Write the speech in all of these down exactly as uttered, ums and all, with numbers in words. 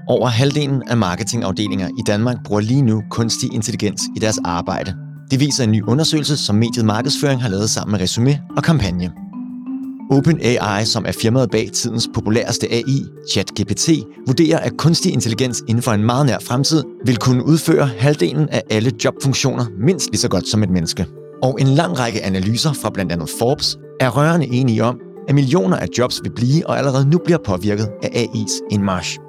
Over halvdelen af marketingafdelinger i Danmark bruger lige nu kunstig intelligens i deres arbejde. Det viser en ny undersøgelse, som mediet Markedsføring har lavet sammen med Resumé og Kampagne. OpenAI, som er firmaet bag tidens populæreste A I, ChatGPT, vurderer, at kunstig intelligens inden for en meget nær fremtid vil kunne udføre halvdelen af alle jobfunktioner mindst lige så godt som et menneske. Og en lang række analyser fra blandt andet Forbes er rørende enige om, at millioner af jobs vil blive og allerede nu bliver påvirket af A I's indmarch.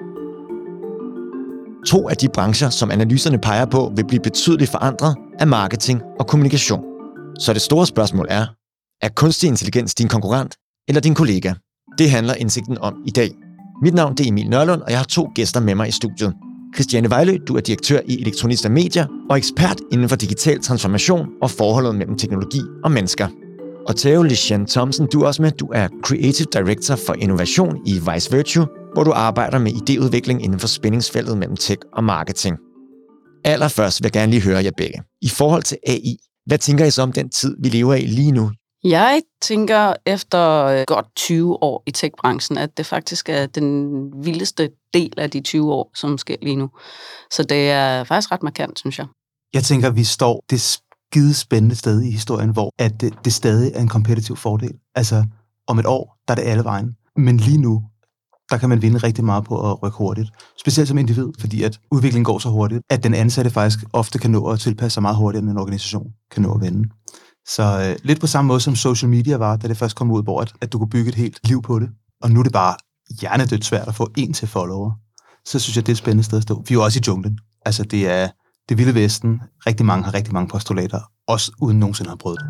To af de brancher, som analyserne peger på, vil blive betydeligt forandret af marketing og kommunikation. Så det store spørgsmål er, er kunstig intelligens din konkurrent eller din kollega? Det handler indsigten om i dag. Mit navn er Emil Nørlund, og jeg har to gæster med mig i studiet. Christiane Vejlø, du er direktør i Elektronista Media og ekspert inden for digital transformation og forholdet mellem teknologi og mennesker. Og Theo Lichan Thomsen, du er også med. Du er Creative Director for Innovation i Vice Virtue, hvor du arbejder med idéudvikling inden for spændingsfeltet mellem tech og marketing. Allerførst vil jeg gerne lige høre jer begge. I forhold til A I, hvad tænker I så om den tid, vi lever i lige nu? Jeg tænker efter godt tyve år i tech-branchen, at det faktisk er den vildeste del af de tyve år, som sker lige nu. Så det er faktisk ret markant, synes jeg. Jeg tænker, at vi står det skide spændende sted i historien, hvor at det, det stadig er en kompetitiv fordel. Altså, om et år, der er det alle vejen. Men lige nu, der kan man vinde rigtig meget på at rykke hurtigt. Specielt som individ, fordi at udviklingen går så hurtigt, at den ansatte faktisk ofte kan nå at tilpasse sig meget hurtigere, end en organisation kan nå at vende. Så øh, lidt på samme måde som social media var, da det først kom ud, hvor at, at du kunne bygge et helt liv på det. Og nu er det bare hjernedødt svært at få en til follower. Så synes jeg, det er et spændende sted at stå. Vi er jo også i junglen. Altså, det er det vilde vesten. Rigtig mange har rigtig mange postulater, også uden nogensinde har prøvet det.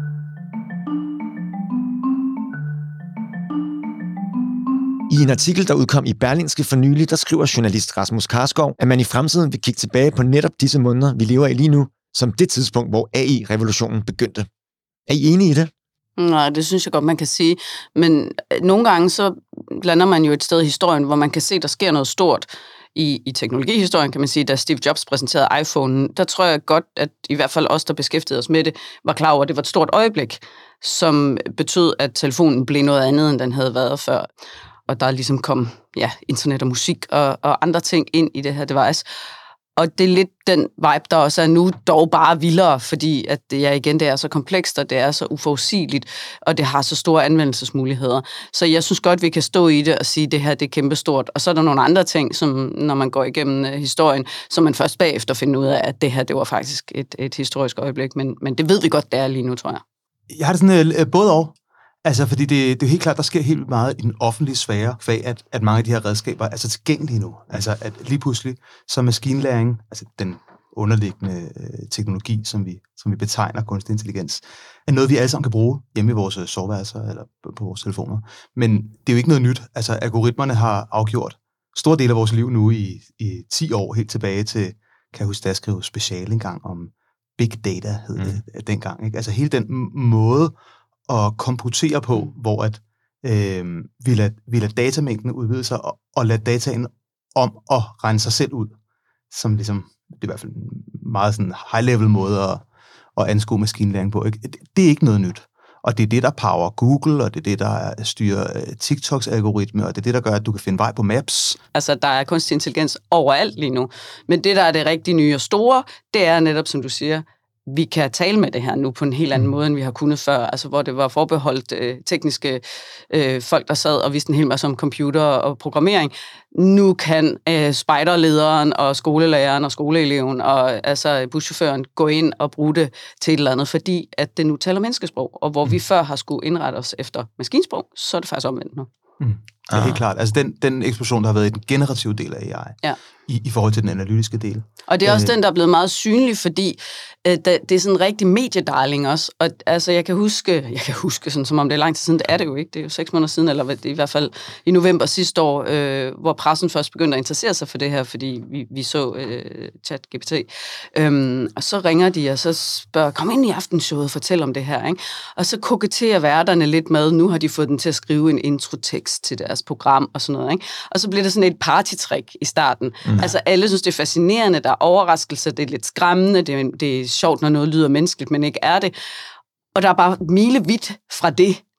I en artikel, der udkom i Berlingske for nylig, der skriver journalist Rasmus Karskov, at man i fremtiden vil kigge tilbage på netop disse måneder, vi lever i lige nu, som det tidspunkt, hvor A I-revolutionen begyndte. Er I enige i det? Nej, det synes jeg godt, man kan sige. Men nogle gange så lander man jo et sted i historien, hvor man kan se, der sker noget stort. I, i teknologihistorien kan man sige, da Steve Jobs præsenterede iPhone, der tror jeg godt, at i hvert fald os, der beskæftigede os med det, var klar over, at det var et stort øjeblik, som betød, at telefonen blev noget andet, end den havde været før. Og der ligesom kom ja, internet og musik og, og andre ting ind i det her device. Og det er lidt den vibe, der også er nu, dog bare vildere, fordi at det, ja, igen, det er så komplekst, og det er så uforudsigeligt, og det har så store anvendelsesmuligheder. Så jeg synes godt, vi kan stå i det og sige, at det her det er kæmpestort. Og så er der nogle andre ting, som når man går igennem uh, historien, som man først bagefter finder ud af, at det her det var faktisk et, et historisk øjeblik. Men, men det ved vi godt, det er lige nu, tror jeg. Jeg har det sådan uh, både og. Altså, fordi det, det er helt klart, der sker helt meget i den offentlige sfære, fag, at, at mange af de her redskaber er så tilgængelige nu. Altså, at lige pludselig, så maskinlæring, altså den underliggende øh, teknologi, som vi, som vi betegner kunstig intelligens, er noget, vi alle sammen kan bruge hjemme i vores soveværelser eller på vores telefoner. Men det er jo ikke noget nyt. Altså, algoritmerne har afgjort store dele af vores liv nu i, i ti år, helt tilbage til, kan jeg huske, da jeg skrev special engang om big data, hed mm. det dengang. Ikke? Altså, hele den måde at komputere på, hvor at, øh, vi, lader, vi lader datamængden udvide sig, og, og lader dataen om at regne sig selv ud, som ligesom, det er i hvert fald en meget sådan high-level måde at, at anskue maskinlæring på. Ikke? Det er ikke noget nyt. Og det er det, der power Google, og det er det, der styrer TikToks algoritme, og det er det, der gør, at du kan finde vej på Maps. Altså, der er kunstig intelligens overalt lige nu. Men det, der er det rigtig nye og store, det er netop, som du siger, vi kan tale med det her nu på en helt anden måde, end vi har kunnet før, altså hvor det var forbeholdt øh, tekniske øh, folk, der sad og vidste en hel masse om computer og programmering. Nu kan øh, spejderlederen og skolelæreren og skoleeleven og altså buschaufføren gå ind og bruge det til et eller andet, fordi at det nu taler menneskesprog, og hvor mm. vi før har skulle indrette os efter maskinsprog, så er det faktisk omvendt nu. Mm. Det er helt klart. Altså den, den eksplosion, der har været i den generative del af A I, ja. i, i forhold til den analytiske del. Og det er også øh, den, der er blevet meget synlig, fordi øh, det, det er sådan en rigtig mediedarling også. Og altså, jeg kan huske, jeg kan huske sådan, som om det er lang tid siden, det er det jo ikke, det er jo seks måneder siden, eller i hvert fald i november sidste år, øh, hvor pressen først begyndte at interessere sig for det her, fordi vi, vi så øh, ChatGPT. Øhm, og så ringer de, og så spørger, kom ind i aftenshowet og fortæl om det her, ikke? Og så koketterer værterne lidt med, nu har de fået den til at skrive en introtekst til deres program og sådan noget, ikke? Og så bliver det sådan et partytrick i starten. Mm. Altså alle synes, det er fascinerende, der er overraskelse, det er lidt skræmmende, det er, det er sjovt, når noget lyder menneskeligt, men ikke er det. Og der er bare milevidt fra det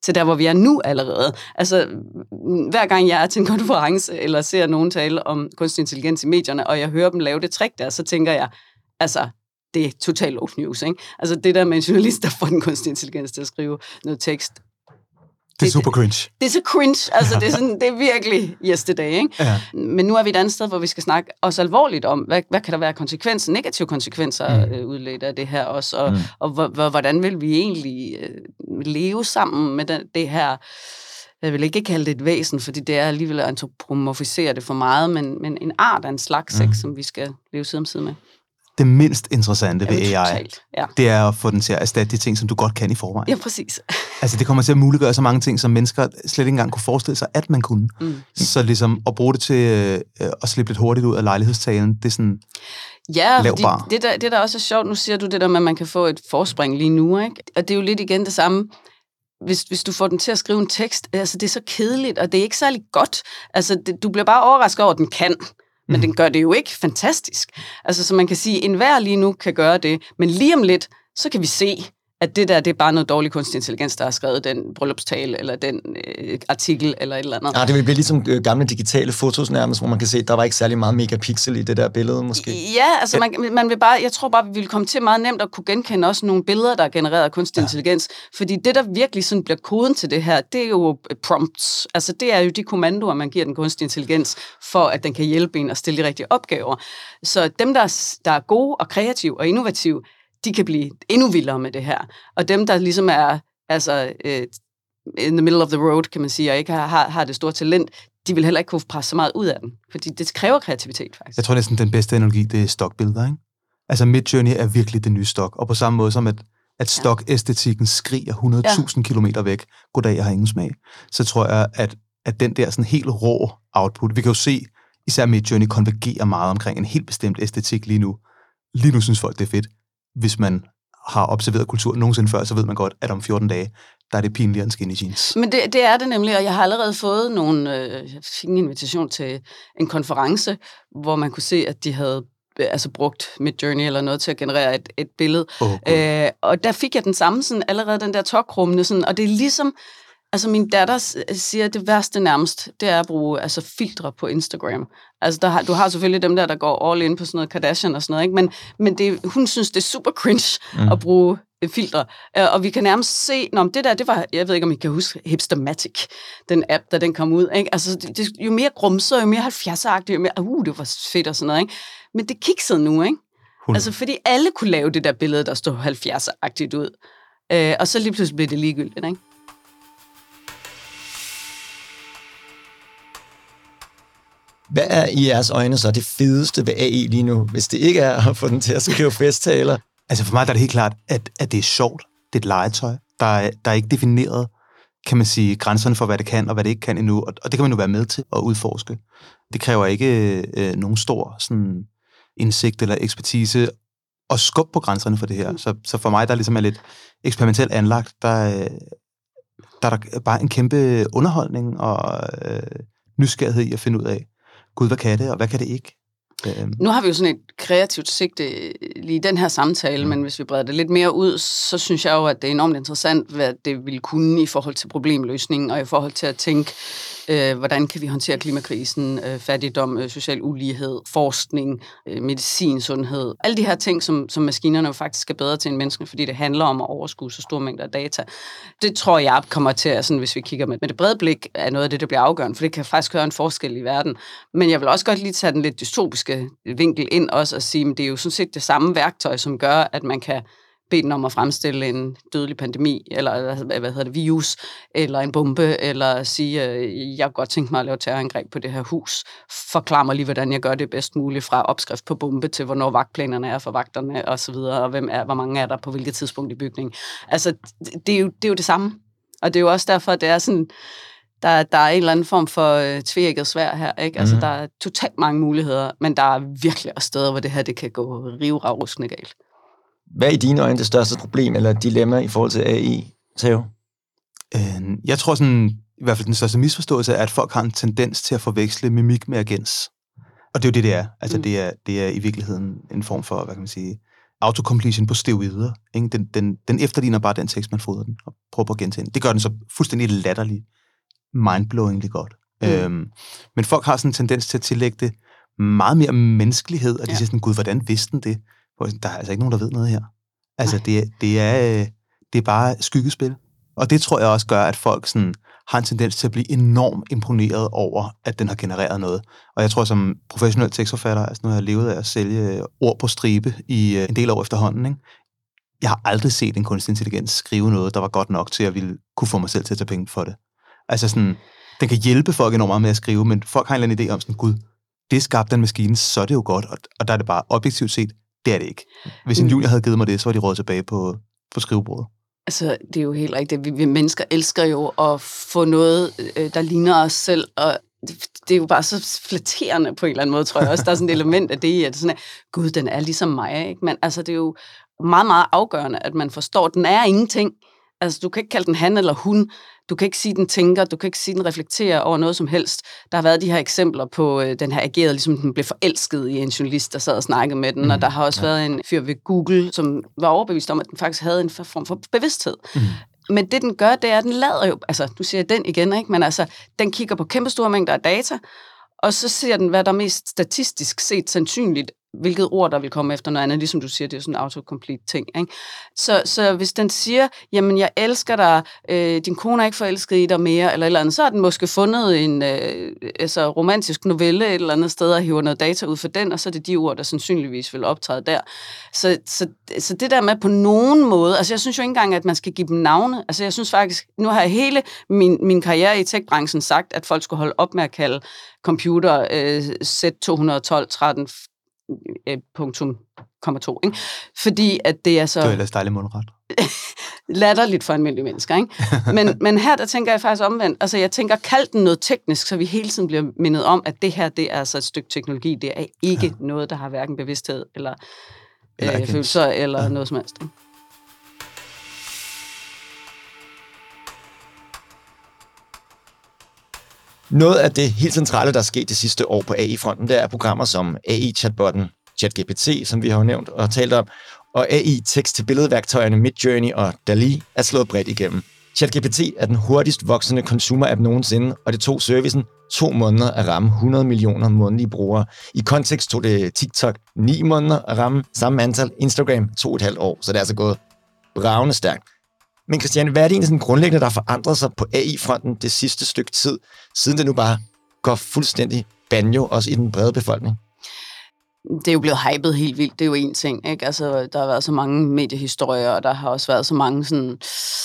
til der, hvor vi er nu allerede. Altså, hver gang jeg er til en konference, eller ser nogen tale om kunstig intelligens i medierne, og jeg hører dem lave det trick der, så tænker jeg, altså, det er totalt old news, ikke? Altså, det der med en journalist, der får den kunstig intelligens til at skrive noget tekst, det er super cringe. Det er så cringe. Altså, det er, sådan, det er virkelig yesterday, ikke? Ja. Men nu er vi et andet sted, hvor vi skal snakke også alvorligt om, hvad, hvad kan der være konsekvenser, negative konsekvenser mm. øh, udledt af det her også, og, mm. og, og hvordan vil vi egentlig øh, leve sammen med den, det her, jeg vil ikke kalde det et væsen, fordi det er alligevel at antropomorfisere det for meget, men, men en art af en slags, mm. som vi skal leve side om side med. Det mindst interessante ved ja, A I, totalt, ja. det er at få den til at erstatte de ting, som du godt kan i forvejen. Ja, præcis. Altså, det kommer til at muliggøre så mange ting, som mennesker slet ikke engang kunne forestille sig, at man kunne. Mm. Så ligesom at bruge det til øh, at slippe lidt hurtigt ud af lejlighedstalen, det er sådan ja, fordi det der, det der også er sjovt, nu siger du det der med, at man kan få et forspring lige nu, ikke? Og det er jo lidt igen det samme. Hvis, hvis du får den til at skrive en tekst, altså det er så kedeligt, og det er ikke særlig godt. Altså, det, du bliver bare overrasket over, at den kan. Men mm. den gør det jo ikke fantastisk. Altså, så man kan sige, at enhver lige nu kan gøre det, men lige om lidt, så kan vi se, at det der, det er bare noget dårlig kunstig intelligens, der har skrevet den bryllupstale, eller den øh, artikel, eller et eller andet. Ja, det vil blive ligesom øh, gamle digitale fotos nærmest, hvor man kan se, at der var ikke særlig meget megapixel i det der billede, måske. Ja, altså man, man vil bare, jeg tror bare, vi vil komme til meget nemt at kunne genkende også nogle billeder, der er genereret af kunstig ja. intelligens, fordi det, der virkelig sådan bliver koden til det her, det er jo prompts. Altså det er jo de kommandoer, man giver den kunstig intelligens, for at den kan hjælpe en at stille de rigtige opgaver. Så dem, der er, der er gode og kreative og innovative, de kan blive endnu vildere med det her. Og dem, der ligesom er altså, uh, in the middle of the road, kan man sige, og ikke har, har det store talent, de vil heller ikke kunne presse så meget ud af den. Fordi det kræver kreativitet, faktisk. Jeg tror næsten, den bedste analogi, det er stokbilleder, ikke? Altså Midjourney er virkelig det nye stok, og på samme måde som, at, at stok-æstetikken skriger hundrede tusind ja. kilometer væk, goddag, jeg har ingen smag, så tror jeg, at, at den der sådan helt rå output, vi kan jo se, især Midjourney konvergerer meget omkring en helt bestemt æstetik lige nu. Lige nu synes folk, det er fedt. Hvis man har observeret kultur nogensinde før, så ved man godt, at om fjorten dage, der er det pinligere end skinny jeans. Men det, det er det nemlig, og jeg har allerede fået nogle, øh, jeg fik en invitation til en konference, hvor man kunne se, at de havde altså brugt Midjourney eller noget til at generere et, et billede. Oh, øh, og der fik jeg den samme, sådan, allerede den der tokrummende, sådan, og det er ligesom, altså min datter siger, at det værste nærmest, det er at bruge altså, filtre på Instagram. Altså der har, du har selvfølgelig dem der, der går all in på sådan noget Kardashian og sådan noget, ikke? Men, men det, hun synes, det er super cringe mm. at bruge filtre. Og vi kan nærmest se, nå, det der, det var, jeg ved ikke, om I kan huske Hipstermatic, den app, da den kom ud, ikke? Altså det, det, jo mere grumser, jo mere halvfjerdseragtigt, jo mere, uh, det var fedt og sådan noget, ikke? Men det kiksede nu, ikke? Hun. Altså fordi alle kunne lave det der billede, der stod halvfjerdseragtigt ud. Øh, og så lige pludselig blev det ligegyldigt, ikke? Hvad er i jeres øjne så det fedeste ved A I lige nu, hvis det ikke er at få den til at skrive festtaler? Altså for mig der er det helt klart, at, at det er sjovt. Det er et legetøj. Der er, der er ikke defineret, kan man sige, grænserne for, hvad det kan og hvad det ikke kan endnu. Og, og det kan man jo være med til at udforske. Det kræver ikke øh, nogen stor sådan, indsigt eller ekspertise at skubbe på grænserne for det her. Så, så for mig, der ligesom er lidt eksperimentelt anlagt, der, der er der bare en kæmpe underholdning og øh, nysgerrighed i at finde ud af, gud, hvad kan det, og hvad kan det ikke? Nu har vi jo sådan et kreativt sigte lige i den her samtale, mm. men hvis vi breder det lidt mere ud, så synes jeg jo, at det er enormt interessant, hvad det vil kunne i forhold til problemløsningen, og i forhold til at tænke, øh, hvordan kan vi håndtere klimakrisen, øh, fattigdom, øh, social ulighed, forskning, øh, medicin, sundhed. Alle de her ting, som, som maskinerne jo faktisk er bedre til en menneske, fordi det handler om at overskue så store mængder data. Det tror jeg kommer til, at sådan, hvis vi kigger med, med det brede blik, er noget af det, der bliver afgørende, for det kan faktisk gøre en forskel i verden. Men jeg vil også godt lige tage den lidt dystopiske vinkel ind også og sige, at det er jo sådan set det samme værktøj, som gør, at man kan bede den om at fremstille en dødelig pandemi, eller hvad hedder det, virus, eller en bombe, eller sige, at jeg godt tænke mig at lave terrorangreb på det her hus. Forklar mig lige, hvordan jeg gør det bedst muligt, fra opskrift på bombe til, hvornår vagtplanerne er for vagterne, og så videre, og hvem er, hvor mange er der på hvilket tidspunkt i bygningen. Altså, det er jo det, er jo det samme. Og det er jo også derfor, at det er sådan, Der, der er en eller anden form for øh, tveægget sværd her, ikke? Altså, mm. der er totalt mange muligheder, men der er virkelig også steder, hvor det her, det kan gå rivravruskende galt. Hvad er i dine øjne det største problem eller dilemma i forhold til A I, Theo? Øh, jeg tror sådan, i hvert fald den største misforståelse er, at folk har en tendens til at forveksle mimik med agens. Og det er jo det, det er. Altså, mm. det er, det er i virkeligheden en form for, hvad kan man sige, autocompletion på steroider. Ikke? Den, den, den efterligner bare den tekst, man fodrer den, og prøver på at gentage den. Det gør den så fuldstændig latterlig, mindblowingly godt. Mm. Øhm, men folk har sådan en tendens til at tillægge det meget mere menneskelighed, og de ja. siger sådan, gud, hvordan vidste den det? Der er altså ikke nogen, der ved noget her. Altså, det, det, er, det er bare skyggespil. Og det tror jeg også gør, at folk sådan har en tendens til at blive enormt imponeret over, at den har genereret noget. Og jeg tror, som professionel tekstforfatter, altså nu har jeg levet af at sælge ord på stribe i en del år efterhånden, ikke? Jeg har aldrig set en kunstig intelligens skrive noget, der var godt nok til at ville kunne få mig selv til at tage penge for det. Altså sådan, den kan hjælpe folk enormt meget med at skrive, men folk har en eller anden idé om sådan, gud, det skabte en maskine, så er det jo godt, og, og der er det bare objektivt set, det er det ikke. Hvis en junior havde givet mig det, så var de råd tilbage på, på skrivebordet. Altså, det er jo helt rigtigt. Vi, vi mennesker elsker jo at få noget, der ligner os selv, og det, det er jo bare så flatterende på en eller anden måde, tror jeg også. Der er sådan et element af det i, at sådan, at, gud, den er ligesom mig, ikke? Men altså, det er jo meget, meget afgørende, at man forstår, at den er ingenting. Altså, du kan ikke kalde den han eller hun. Du kan ikke sige, den tænker. Du kan ikke sige, den reflekterer over noget som helst. Der har været de her eksempler på, øh, den her agerede, ligesom den blev forelsket i en journalist, der sad og snakkede med den. Mm. Og der har også ja. været en fyr ved Google, som var overbevist om, at den faktisk havde en form for bevidsthed. Mm. Men det, den gør, det er, at den lader jo... Altså, du siger den igen, ikke? Men altså, den kigger på kæmpestore mængder af data, og så ser den, hvad der er mest statistisk set sandsynligt, hvilket ord, der vil komme efter noget andet, ligesom du siger, det er sådan en autocomplete ting, ikke? Så, så hvis den siger, jamen, jeg elsker dig, øh, din kone er ikke forelsket i dig mere, eller et eller andet, så har den måske fundet en øh, altså, romantisk novelle et eller andet sted, og hiver noget data ud for den, og så er det de ord, der sandsynligvis vil optræde der. Så, så, så det der med på nogen måde, altså jeg synes jo ikke engang, at man skal give dem navne, altså jeg synes faktisk, nu har jeg hele min, min karriere i tech-branchen sagt, at folk skulle holde op med at kalde computer øh, Z to et to tretten punktum komma to, ikke? Fordi at det er så... Det er ellers dejligt mundret. latterligt for almindelige mennesker, ikke? Men, men her, der tænker jeg faktisk omvendt. Altså, jeg tænker, kald den noget teknisk, så vi hele tiden bliver mindet om, at det her, det er altså et stykke teknologi. Det er ikke ja. noget, der har hverken bevidsthed eller, eller øh, følelser eller ja. noget som helst. Ikke? Noget af det helt centrale, der er sket det sidste år på A I-fronten, det er programmer som A I-chatbotten ChatGPT, som vi har jo nævnt og talt om, og A I-tekst-til-billedværktøjerne Midjourney og DALL-E er slået bredt igennem. ChatGPT er den hurtigst voksende consumer-app nogensinde, og det tog servicen to måneder at ramme hundrede millioner månedlige brugere. I kontekst tog det TikTok ni måneder at ramme samme antal, Instagram to og et halvt år, så det er altså gået bravende stærkt. Men Christiane, hvad er det egentlig sådan grundlæggende, der har forandret sig på A I-fronten det sidste stykke tid, siden det nu bare går fuldstændig banjo, også i den brede befolkning? Det er jo blevet hypet helt vildt, det er jo en ting, ikke? Altså, der har været så mange mediehistorier, og der har også været så mange sådan,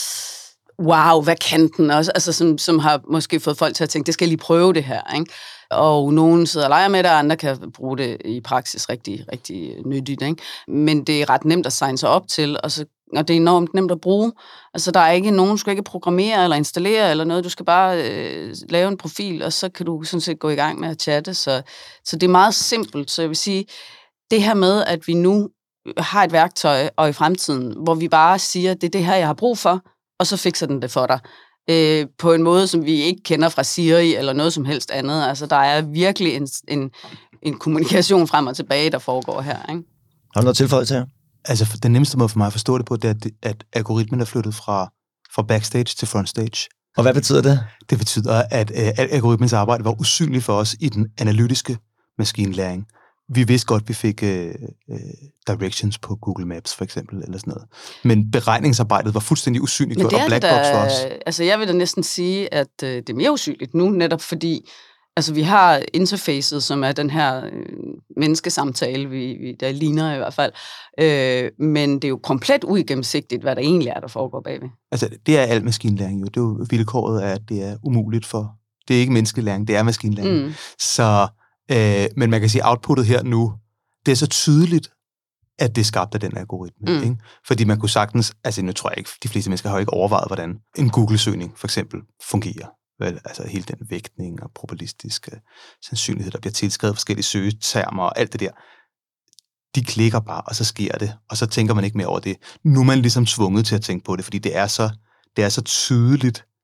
wow, hvad kan den også? Altså, som, som har måske fået folk til at tænke, det skal jeg lige prøve det her, ikke? Og nogen sidder og leger med det, og andre kan bruge det i praksis rigtig, rigtig nyttigt, ikke? Men det er ret nemt at signe sig op til, og så og det er enormt nemt at bruge. Altså, der er ikke nogen, du skal ikke programmere eller installere eller noget. Du skal bare øh, lave en profil, og så kan du sådan set gå i gang med at chatte. Så, så det er meget simpelt. Så jeg vil sige, det her med, at vi nu har et værktøj, og i fremtiden, hvor vi bare siger, det er det her, jeg har brug for, og så fikser den det for dig. Øh, på en måde, som vi ikke kender fra Siri eller noget som helst andet. Altså, der er virkelig en, en, en kommunikation frem og tilbage, der foregår her, ikke? Har du noget tilføjet til her? Altså, den nemmeste måde for mig at forstå det på, det er, at algoritmen er flyttet fra, fra backstage til frontstage. Og hvad betyder det? Det betyder, at, at algoritmens arbejde var usynligt for os i den analytiske maskinlæring. Vi vidste godt, at vi fik uh, uh, directions på Google Maps, for eksempel, eller sådan noget. Men beregningsarbejdet var fuldstændig usynligt og black box for os. Altså, jeg vil da næsten sige, at uh, det er mere usynligt nu, netop fordi altså, vi har interfacet, som er den her øh, menneskesamtale, vi, vi, der ligner i hvert fald. Øh, men det er jo komplet uigennemsigtigt, hvad der egentlig er, der foregår bagved. Altså, det er al maskinlæring jo. Det er jo vilkåret af, at det er umuligt for... Det er ikke menneskelæring, det er maskinlæring. Mm. Så, øh, men man kan sige, at outputtet her nu, det er så tydeligt, at det er skabt af den algoritme. Mm. Ikke? Fordi man kunne sagtens... Altså, nu tror jeg ikke, de fleste mennesker har jo ikke overvejet, hvordan en Google-søgning for eksempel fungerer. Vel, altså hele den vægtning og probabilistiske sandsynlighed, der bliver tilskrevet forskellige søgetermer og alt det der, de klikker bare, og så sker det, og så tænker man ikke mere over det. Nu er man ligesom tvunget til at tænke på det, fordi det er så, det er så tydeligt,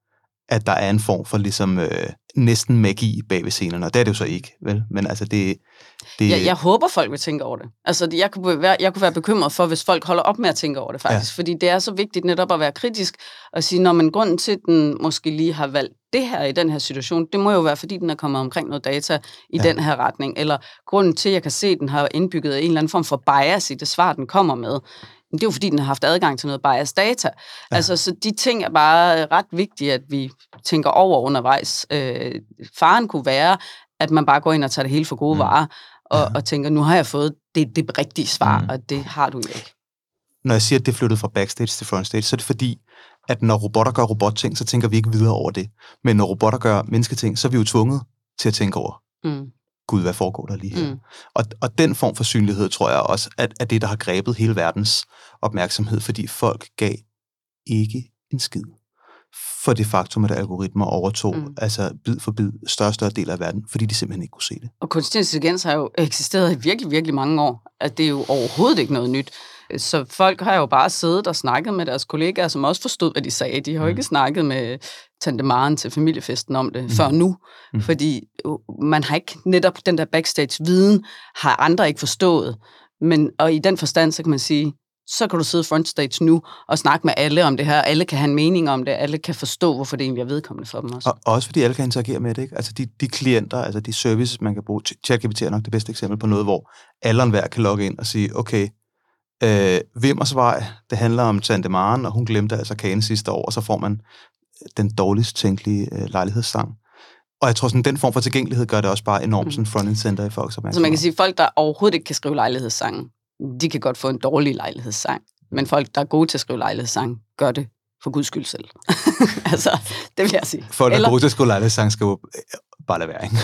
at der er en form for ligesom øh, næsten magi bag ved scenerne, og det er det jo så ikke, vel? Men altså det... det jeg, jeg håber, folk vil tænke over det. Altså, jeg kunne, være, jeg kunne være bekymret for, hvis folk holder op med at tænke over det, faktisk. Ja. Fordi det er så vigtigt netop at være kritisk og sige, når man grunden til, at den måske lige har valgt det her i den her situation, det må jo være, fordi den er kommet omkring noget data i ja. den her retning. Eller grunden til, at jeg kan se, at den har indbygget en eller anden form for bias i det svar, den kommer med. Det er jo fordi, den har haft adgang til noget bias data. Ja. Altså, så de ting er bare ret vigtige, at vi tænker over undervejs. Øh, faren kunne være, at man bare går ind og tager det hele for gode mm. varer, og, ja. og tænker, nu har jeg fået det, det rigtige svar, mm. og det har du ikke. Når jeg siger, at det er flyttet fra backstage til frontstage, så er det fordi, at når robotter gør robotting, så tænker vi ikke videre over det. Men når robotter gør mennesketing, så er vi jo tvunget til at tænke over, mm. gud, hvad foregår der lige her? Mm. Og, og den form for synlighed, tror jeg også, at, at det, der har grebet hele verdens opmærksomhed, fordi folk gav ikke en skid for det faktum, at algoritmer overtog, mm. altså bid for bid, større og større del af verden, fordi de simpelthen ikke kunne se det. Og kunstig intelligens har jo eksisteret i virkelig, virkelig mange år. At det er jo overhovedet ikke noget nyt. Så folk har jo bare siddet og snakket med deres kollegaer, som også forstod, hvad de sagde. De har jo mm. ikke snakket med Tante Maren til familiefesten om det mm. før nu. Mm. Fordi man har ikke netop den der backstage-viden, har andre ikke forstået. Men, og i den forstand, så kan man sige, så kan du sidde frontstage nu og snakke med alle om det her. Alle kan have en mening om det. Alle kan forstå, hvorfor det egentlig er vedkommende for dem også. Og også fordi alle kan interagere med det, ikke? Altså de, de klienter, altså de services, man kan bruge. ChatGPT er nok det bedste eksempel på noget, hvor alle og enhver kan logge ind og sige, okay, øh, Vimmersvej, det handler om Tante Maren, og hun glemte altså kagen sidste år, og så får man den dårligst tænkelige øh, lejlighedssang. Og jeg tror, sådan den form for tilgængelighed gør det også bare enormt mm. sådan front-end center i folks opmærksomhed. Så man kan sige, folk, der overhovedet ikke kan skrive lejlighedssange, de kan godt få en dårlig lejlighedssang. Men folk, der er gode til at skrive lejlighedssang, gør det for guds skyld selv. altså, det vil jeg sige. Folk, der er gode til at skrive lejlighedssang, skal jo bare lade være, ikke?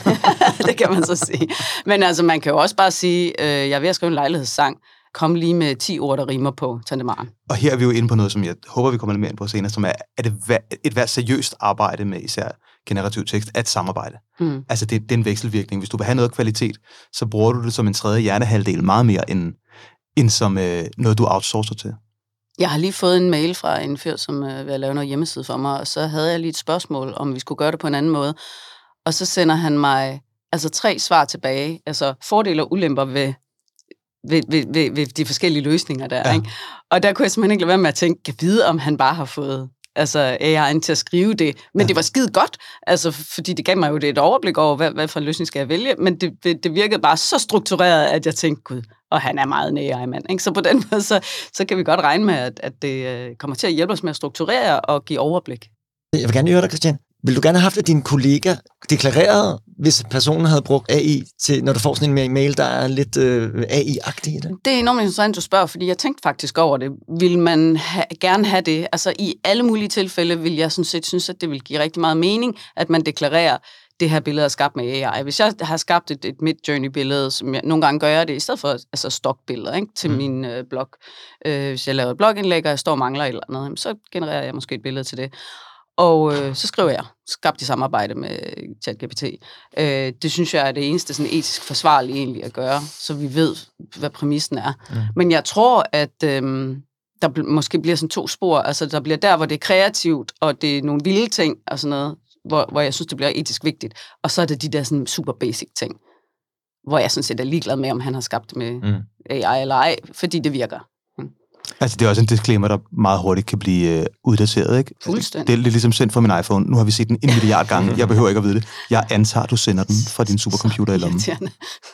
det kan man så sige. Men altså, man kan jo også bare sige, øh, jeg er ved at skrive en lejlighedssang, kom lige med ti ord, der rimer på Tante Maren. Og her er vi jo inde på noget, som jeg håber, vi kommer lidt mere ind på senere, som er, er det et hvert seriøst arbejde med især generativ tekst, at samarbejde. Mm. Altså, det, det er en vekselvirkning. Hvis du vil have noget kvalitet, så bruger du det som en tredje hjernehalvdel meget mere, end, end som øh, noget, du outsourcer til. Jeg har lige fået en mail fra en fyr, som øh, vil lave noget hjemmeside for mig, og så havde jeg lige et spørgsmål, om vi skulle gøre det på en anden måde. Og så sender han mig altså tre svar tilbage, altså fordele og ulemper ved Ved, ved, ved, ved de forskellige løsninger der, ja. Ikke? Og der kunne jeg simpelthen ikke lade være med at tænke, kan vide, om han bare har fået altså, A I'en til at skrive det. Men ja. det var skide godt, altså, fordi det gav mig jo det et overblik over, hvad, hvad for en løsning skal jeg vælge. Men det, det, det virkede bare så struktureret, at jeg tænkte, gud, og han er meget en A I-mand. Ikke? Så på den måde, så, så kan vi godt regne med, at, at det kommer til at hjælpe os med at strukturere og give overblik. Jeg vil gerne høre dig, Christian. Vil du gerne have haft, at din kollega deklarerede, hvis personen havde brugt A I, til, når du får sådan en mail, der er lidt øh, A I-agtig i det? Det er enormt interessant, du spørger, fordi jeg tænkte faktisk over det. Vil man ha- gerne have det? Altså i alle mulige tilfælde vil jeg sådan set synes, at det vil give rigtig meget mening, at man deklarerer, det her billede er skabt med A I. Hvis jeg har skabt et, et Midjourney-billede, som jeg nogle gange gør jeg det, i stedet for altså stock-billeder ikke, til mm. min øh, blog. Øh, hvis jeg laver et blogindlæg, og jeg står og mangler et eller andet, så genererer jeg måske et billede til det. Og øh, så skriver jeg, skabt i samarbejde med ChatGPT. Øh, det synes jeg er det eneste sådan etisk forsvarlige egentlig at gøre, så vi ved, hvad præmissen er. Mm. Men jeg tror, at øh, der bl- måske bliver sådan to spor. Altså der bliver der, hvor det er kreativt, og det er nogle vilde ting og sådan noget, hvor, hvor jeg synes, det bliver etisk vigtigt. Og så er det de der sådan super basic ting, hvor jeg sådan set er ligeglad med, om han har skabt med mm. A I eller ej, fordi det virker. Altså, det er også en disclaimer, der meget hurtigt kan blive øh, uddateret, ikke? Fuldstændig. Det er lidt ligesom sendt fra min iPhone. Nu har vi set den en milliard gange. Jeg behøver ikke at vide det. Jeg antager, du sender den fra din supercomputer i lommen. Irriterende.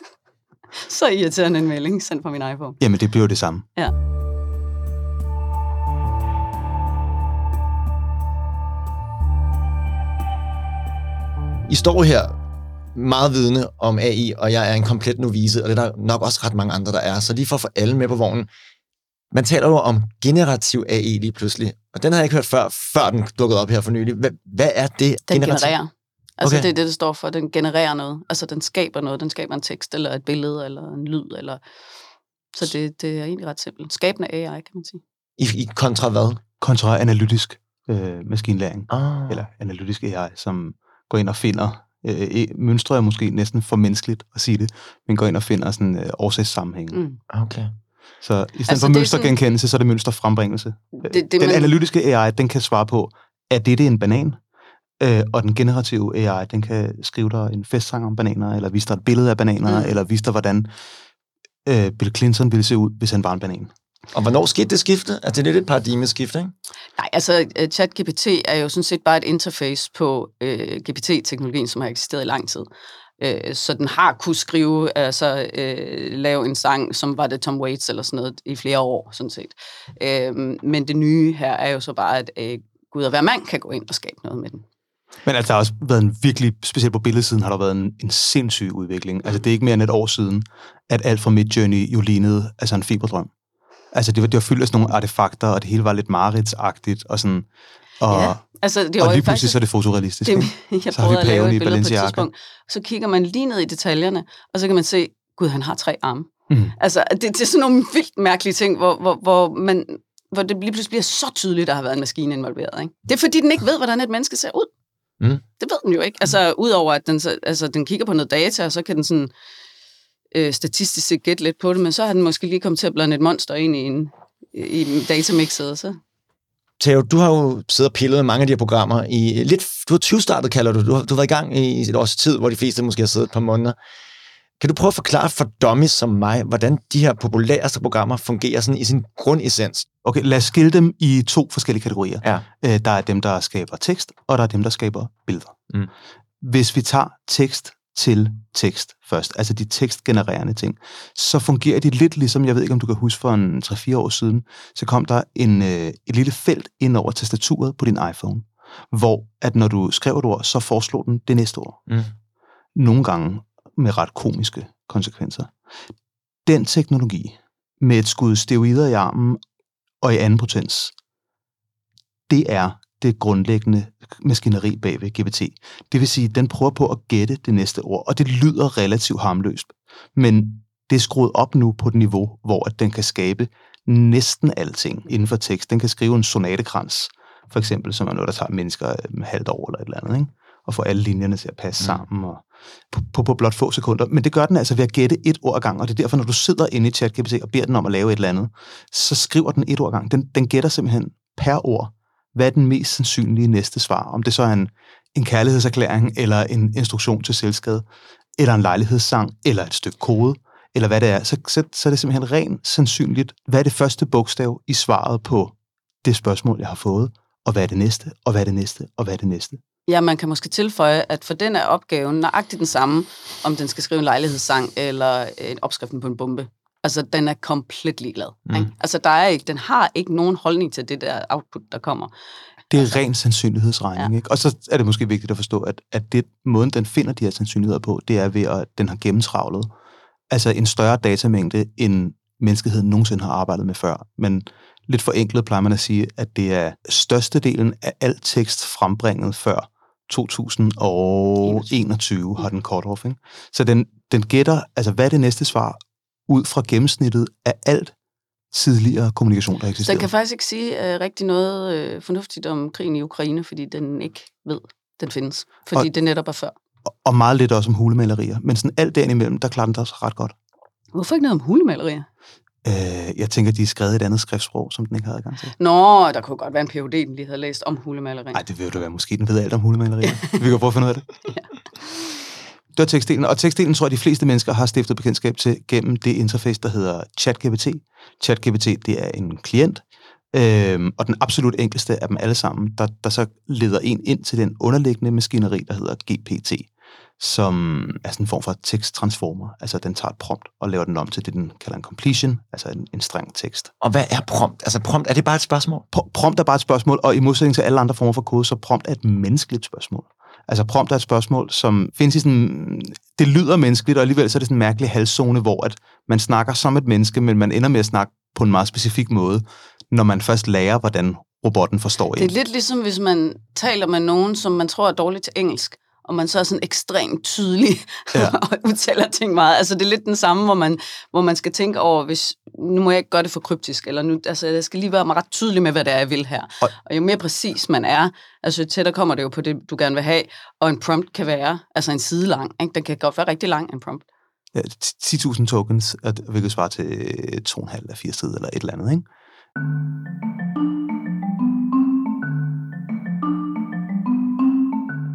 Så irriterende en melding sendt fra min iPhone. Jamen, det bliver det samme. Ja. I står her meget vidne om A I, og jeg er en komplet novice, og det er der nok også ret mange andre, der er. Så lige for at få alle med på vognen. Man taler jo om generativ A I lige pludselig, og den har jeg ikke hørt før, før den dukkede op her for nylig. Hvad, hvad er det? Den generativ? genererer. Altså okay. det er det, det står for. Den genererer noget. Altså den skaber noget. Den skaber en tekst, eller et billede, eller en lyd. Eller... Så det, det er egentlig ret simpelt. Skabende A I, kan man sige. I, i kontra hvad? Kontra analytisk øh, maskinlæring. Ah. Eller analytisk A I, som går ind og finder øh, mønstre er måske næsten for menneskeligt at sige det, men går ind og finder sådan øh, årsagssammenhæng. Mm. Okay. Så i stedet altså, for mønstergenkendelse, så er det mønsterfrembringelse. Det, det, den man... analytiske A I, den kan svare på, er dette en banan? Øh, og den generative A I, den kan skrive dig en festsang om bananer, eller vise dig et billede af bananer, mm. eller vise dig, hvordan øh, Bill Clinton ville se ud, hvis han var en banan. Og hvornår skete det skifte? Altså, det er lidt et paradigmeskifte, ikke? Nej, altså ChatGPT er jo sådan set bare et interface på øh, G P T-teknologien, som har eksisteret i lang tid. Øh, så den har kunne skrive, altså øh, lave en sang, som var det Tom Waits eller sådan noget, i flere år, sådan set. Øh, men det nye her er jo så bare, at øh, Gud og hver mand kan gå ind og skabe noget med den. Men altså, der har også været en virkelig, specielt på billedsiden, har der været en, en sindssyg udvikling. Altså, det er ikke mere end et år siden, at alt fra Midjourney jo lignede altså en feberdrøm. Altså, det var, det var fyldt af sådan nogle artefakter, og det hele var lidt mareridtsagtigt, og sådan... Og, ja, altså, det var og lige pludselig faktisk, så er det fotorealistisk. Det, ikke? jeg så har vi paven i Balenciaga. Så kigger man lige ned i detaljerne, og så kan man se, gud, han har tre arme. Mm. Altså, det, det er sådan nogle vildt mærkelige ting, hvor, hvor, hvor, man, hvor det lige pludselig bliver så tydeligt, at der har været en maskine involveret. Ikke? Det er fordi, den ikke ved, hvordan et menneske ser ud. Mm. Det ved den jo ikke. Altså, udover at den, så, altså, den kigger på noget data, og så kan den sådan øh, statistisk set gætte lidt på det, men så har den måske lige kommet til at blande et monster ind i en i datamixet, så... Theo, du har jo siddet og pillet med mange af de her programmer i lidt... Du har tyve-startet, kalder du. Du har, du har været i gang i et års tid, hvor de fleste måske har siddet et par måneder. Kan du prøve at forklare for dummies som mig, hvordan de her populæreste programmer fungerer sådan i sin grundessens? Okay, lad os skille dem i to forskellige kategorier. Ja. Øh, der er dem, der skaber tekst, og der er dem, der skaber billeder. Mm. Hvis vi tager tekst til tekst først, altså de tekstgenererende ting, så fungerer de lidt ligesom, jeg ved ikke, om du kan huske, for en tre fire år siden, så kom der en, øh, et lille felt ind over tastaturet på din iPhone, hvor at når du skrev et ord, så foreslog den det næste ord. Mm. Nogle gange med ret komiske konsekvenser. Den teknologi med et skud steroider i armen og i anden potens, det er det grundlæggende maskineri bag ved G P T. Det vil sige, at den prøver på at gætte det næste ord, og det lyder relativt harmløst. Men det er skruet op nu på et niveau, hvor at den kan skabe næsten alting inden for tekst. Den kan skrive en sonatekrans, for eksempel, som er noget, der tager mennesker med halvt år eller et eller andet, ikke? Og få alle linjerne til at passe mm. sammen og på, på, på blot få sekunder. Men det gør den altså ved at gætte et ord ad gang, og det er derfor, når du sidder inde i ChatGPT og beder den om at lave et eller andet, så skriver den et ord ad gang. Den, den gætter simpelthen per ord, hvad er den mest sandsynlige næste svar? Om det så er en, en kærlighedserklæring, eller en instruktion til selvskade, eller en lejlighedssang, eller et stykke kode, eller hvad det er, så, så, så er det simpelthen rent sandsynligt, hvad er det første bogstav i svaret på det spørgsmål, jeg har fået, og hvad er det næste, og hvad er det næste, og hvad er det næste. Ja, man kan måske tilføje, at for den er opgaven nøjagtigt den samme, om den skal skrive en lejlighedssang, eller en opskriften på en bombe. Altså, den er komplet ligeglad. Mm. Ikke? Altså, der er ikke, den har ikke nogen holdning til det der output, der kommer. Det er altså, ren sandsynlighedsregning, ja. Ikke? Og så er det måske vigtigt at forstå, at, at det, måden, den finder de her sandsynligheder på, det er ved, at den har gennemtravlet. Altså en større datamængde, end menneskeheden nogensinde har arbejdet med før. Men lidt forenklet plejer man at sige, at det er størstedelen af al tekst frembringet før to tusind og enogtyve har den cut off. Ikke? Så den, den gætter, altså hvad er det næste svar, ud fra gennemsnittet af alt tidligere kommunikation, der eksisterer. Så jeg kan faktisk ikke sige uh, rigtig noget uh, fornuftigt om krigen i Ukraine, fordi den ikke ved, den findes. Fordi og, det netop er før. Og, og meget lidt også om hulemalerier. Men sådan alt derimellem, der klarer den også ret godt. Hvorfor ikke noget om hulemalerier? Uh, jeg tænker, de er skrevet i et andet skriftsprog, som den ikke havde adgang til. Nå, der kunne godt være en P H D, den lige havde læst om hulemalerier. Nej, det vil jo være. Måske den ved alt om hulemalerier. Vi kan prøve at finde ud af det. Ja. Det var tekstdelen, og tekstdelen tror jeg, de fleste mennesker har stiftet bekendtskab til gennem det interface, der hedder ChatGPT. ChatGPT, det er en klient, øhm, og den absolut enkleste af dem alle sammen, der, der så leder en ind til den underliggende maskineri, der hedder G P T, som er sådan en form for teksttransformer. Altså, den tager et prompt og laver den om til det, den kalder en completion, altså en, en streng tekst. Og hvad er prompt? Altså, prompt, er det bare et spørgsmål? P- prompt er bare et spørgsmål, og i modsætning til alle andre former for kode, så prompt er et menneskeligt spørgsmål. Altså prompt er et spørgsmål, som findes i sådan, det lyder menneskeligt, og alligevel så er det sådan en mærkelig halszone, hvor at man snakker som et menneske, men man ender med at snakke på en meget specifik måde, når man først lærer, hvordan robotten forstår en. Det er lidt ligesom, hvis man taler med nogen, som man tror er dårligt til engelsk, og man så er sådan ekstremt tydelig ja. og udtaler ting meget. Altså det er lidt den samme, hvor man, hvor man skal tænke over, hvis nu må jeg ikke gøre det for kryptisk, eller nu, altså jeg skal lige være ret tydelig med, hvad det er, jeg vil her. Og, og jo mere præcis man er, altså jo tættere kommer det jo på det, du gerne vil have, og en prompt kan være, altså en side lang, ikke? Den kan godt være rigtig lang, en prompt. Ja, ti tusind tokens, hvilket svarer til to komma fem af fire sider, eller et eller andet, ikke?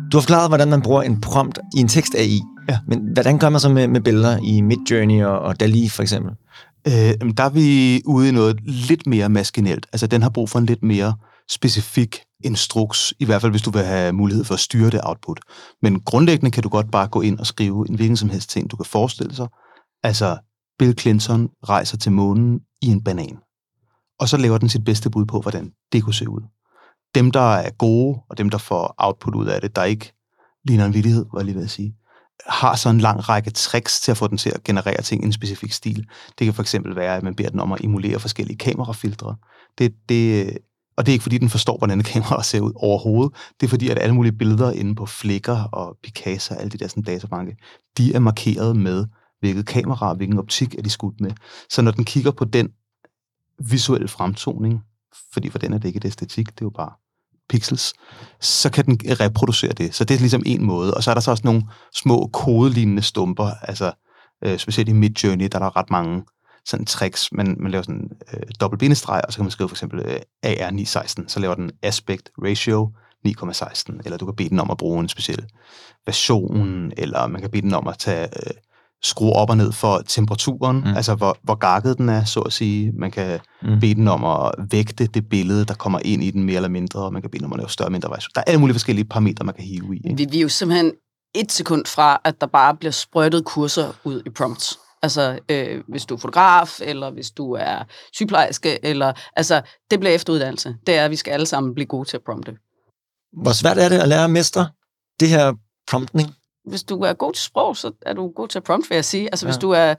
Du har forklaret, hvordan man bruger en prompt i en tekst-A I. Ja. Men hvordan gør man så med, med billeder i Midjourney og, og DALL-E for eksempel? Øh, der er vi ude i noget lidt mere maskinelt. Altså, den har brug for en lidt mere specifik instruks, i hvert fald hvis du vil have mulighed for at styre det output. Men grundlæggende kan du godt bare gå ind og skrive en hvilken som helst ting, du kan forestille sig. Altså, Bill Clinton rejser til månen i en banan. Og så laver den sit bedste bud på, hvordan det kunne se ud. Dem, der er gode, og dem, der får output ud af det, der ikke ligner en vittighed, var jeg lige ved at sige, har så en lang række tricks til at få den til at generere ting i en specifik stil. Det kan for eksempel være, at man beder den om at emulere forskellige kamerafiltre. Det, det, og det er ikke, fordi den forstår, hvordan kameraer ser ud overhovedet. Det er fordi, at alle mulige billeder inde på Flickr og Picasa, alle de der sådan databanke, de er markeret med, hvilket kamera, hvilken optik er de skudt med. Så når den kigger på den visuelle fremtoning, fordi for den er det ikke et æstetik, det er jo bare pixels, så kan den reproducere det. Så det er ligesom en måde. Og så er der så også nogle små kodelignende stumper, altså øh, specielt i Midjourney, der er der ret mange sådan tricks. Man, man laver sådan øh, dobbelt bindestreg, og så kan man skrive for eksempel øh, A R ni seksten, så laver den aspect ratio ni komma seksten, eller du kan bede den om at bruge en speciel version, eller man kan bede den om at tage øh, skrue op og ned for temperaturen, mm. altså hvor, hvor gakket den er, så at sige. Man kan mm. bede den om at vægte det billede, der kommer ind i den mere eller mindre, og man kan bede den om at lave større og mindre variation. Der er alle mulige forskellige parametre, man kan hive i. Vi, vi er jo simpelthen et sekund fra, at der bare bliver sprøjtet kurser ud i prompts. Altså, øh, hvis du er fotograf, eller hvis du er sygeplejerske, eller, altså, det bliver efteruddannelse. Det er, at vi skal alle sammen blive gode til at prompte. Hvor svært er det at lære at mestre det her promptning? Hvis du er god til sprog, så er du god til at prompt, vil jeg sige. Altså, ja. Hvis du er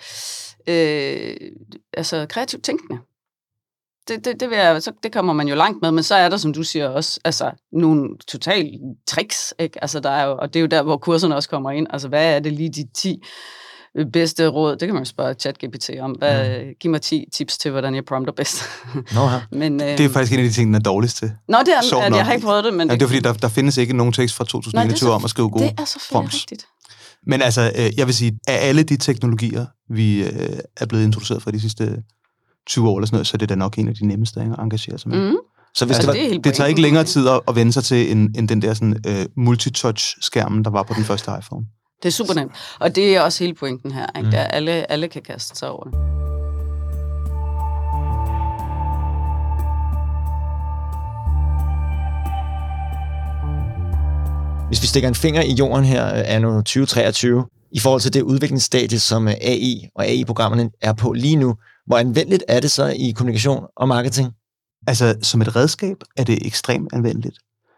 øh, altså, kreativt tænkende, det, det, det, vil jeg, så, det kommer man jo langt med, men så er der, som du siger, også altså, nogle total tricks, ikke? Altså, der er jo, og det er jo der, hvor kurserne også kommer ind. Altså, hvad er det lige de ti bedste råd? Det kan man jo spørge ChatGPT om. Hvad, mm. Giv mig ti tips til, hvordan jeg prompter bedst. Nå, ja. men, øh, det er faktisk en af de ting, den er dårligst til. Nå, det er, at jeg har ikke prøvet det, men... Ja, det er fordi, der, der findes ikke nogen tekst fra to tusind enogtyve om at skrive gode prompts. Det er selvfølgelig rigtigt. Men altså, øh, jeg vil sige, af alle de teknologier, vi øh, er blevet introduceret for de sidste tyve år eller sådan noget, så er det da nok en af de nemmeste at engagere sig med. Mm. Så hvis altså, det, var, det, det tager ikke længere tid at, at vende sig til end, end den der sådan, øh, multitouch-skærmen, der var på den første iPhone. Det er super nemt. Og det er også hele pointen her, ikke? Mm. Der alle, alle kan kaste sig over det. Hvis vi stikker en finger i jorden her anno tyve treogtyve, i forhold til det udviklingsstadie, som A I og A I-programmerne er på lige nu, hvor anvendeligt er det så i kommunikation og marketing? Altså, som et redskab er det ekstremt anvendeligt.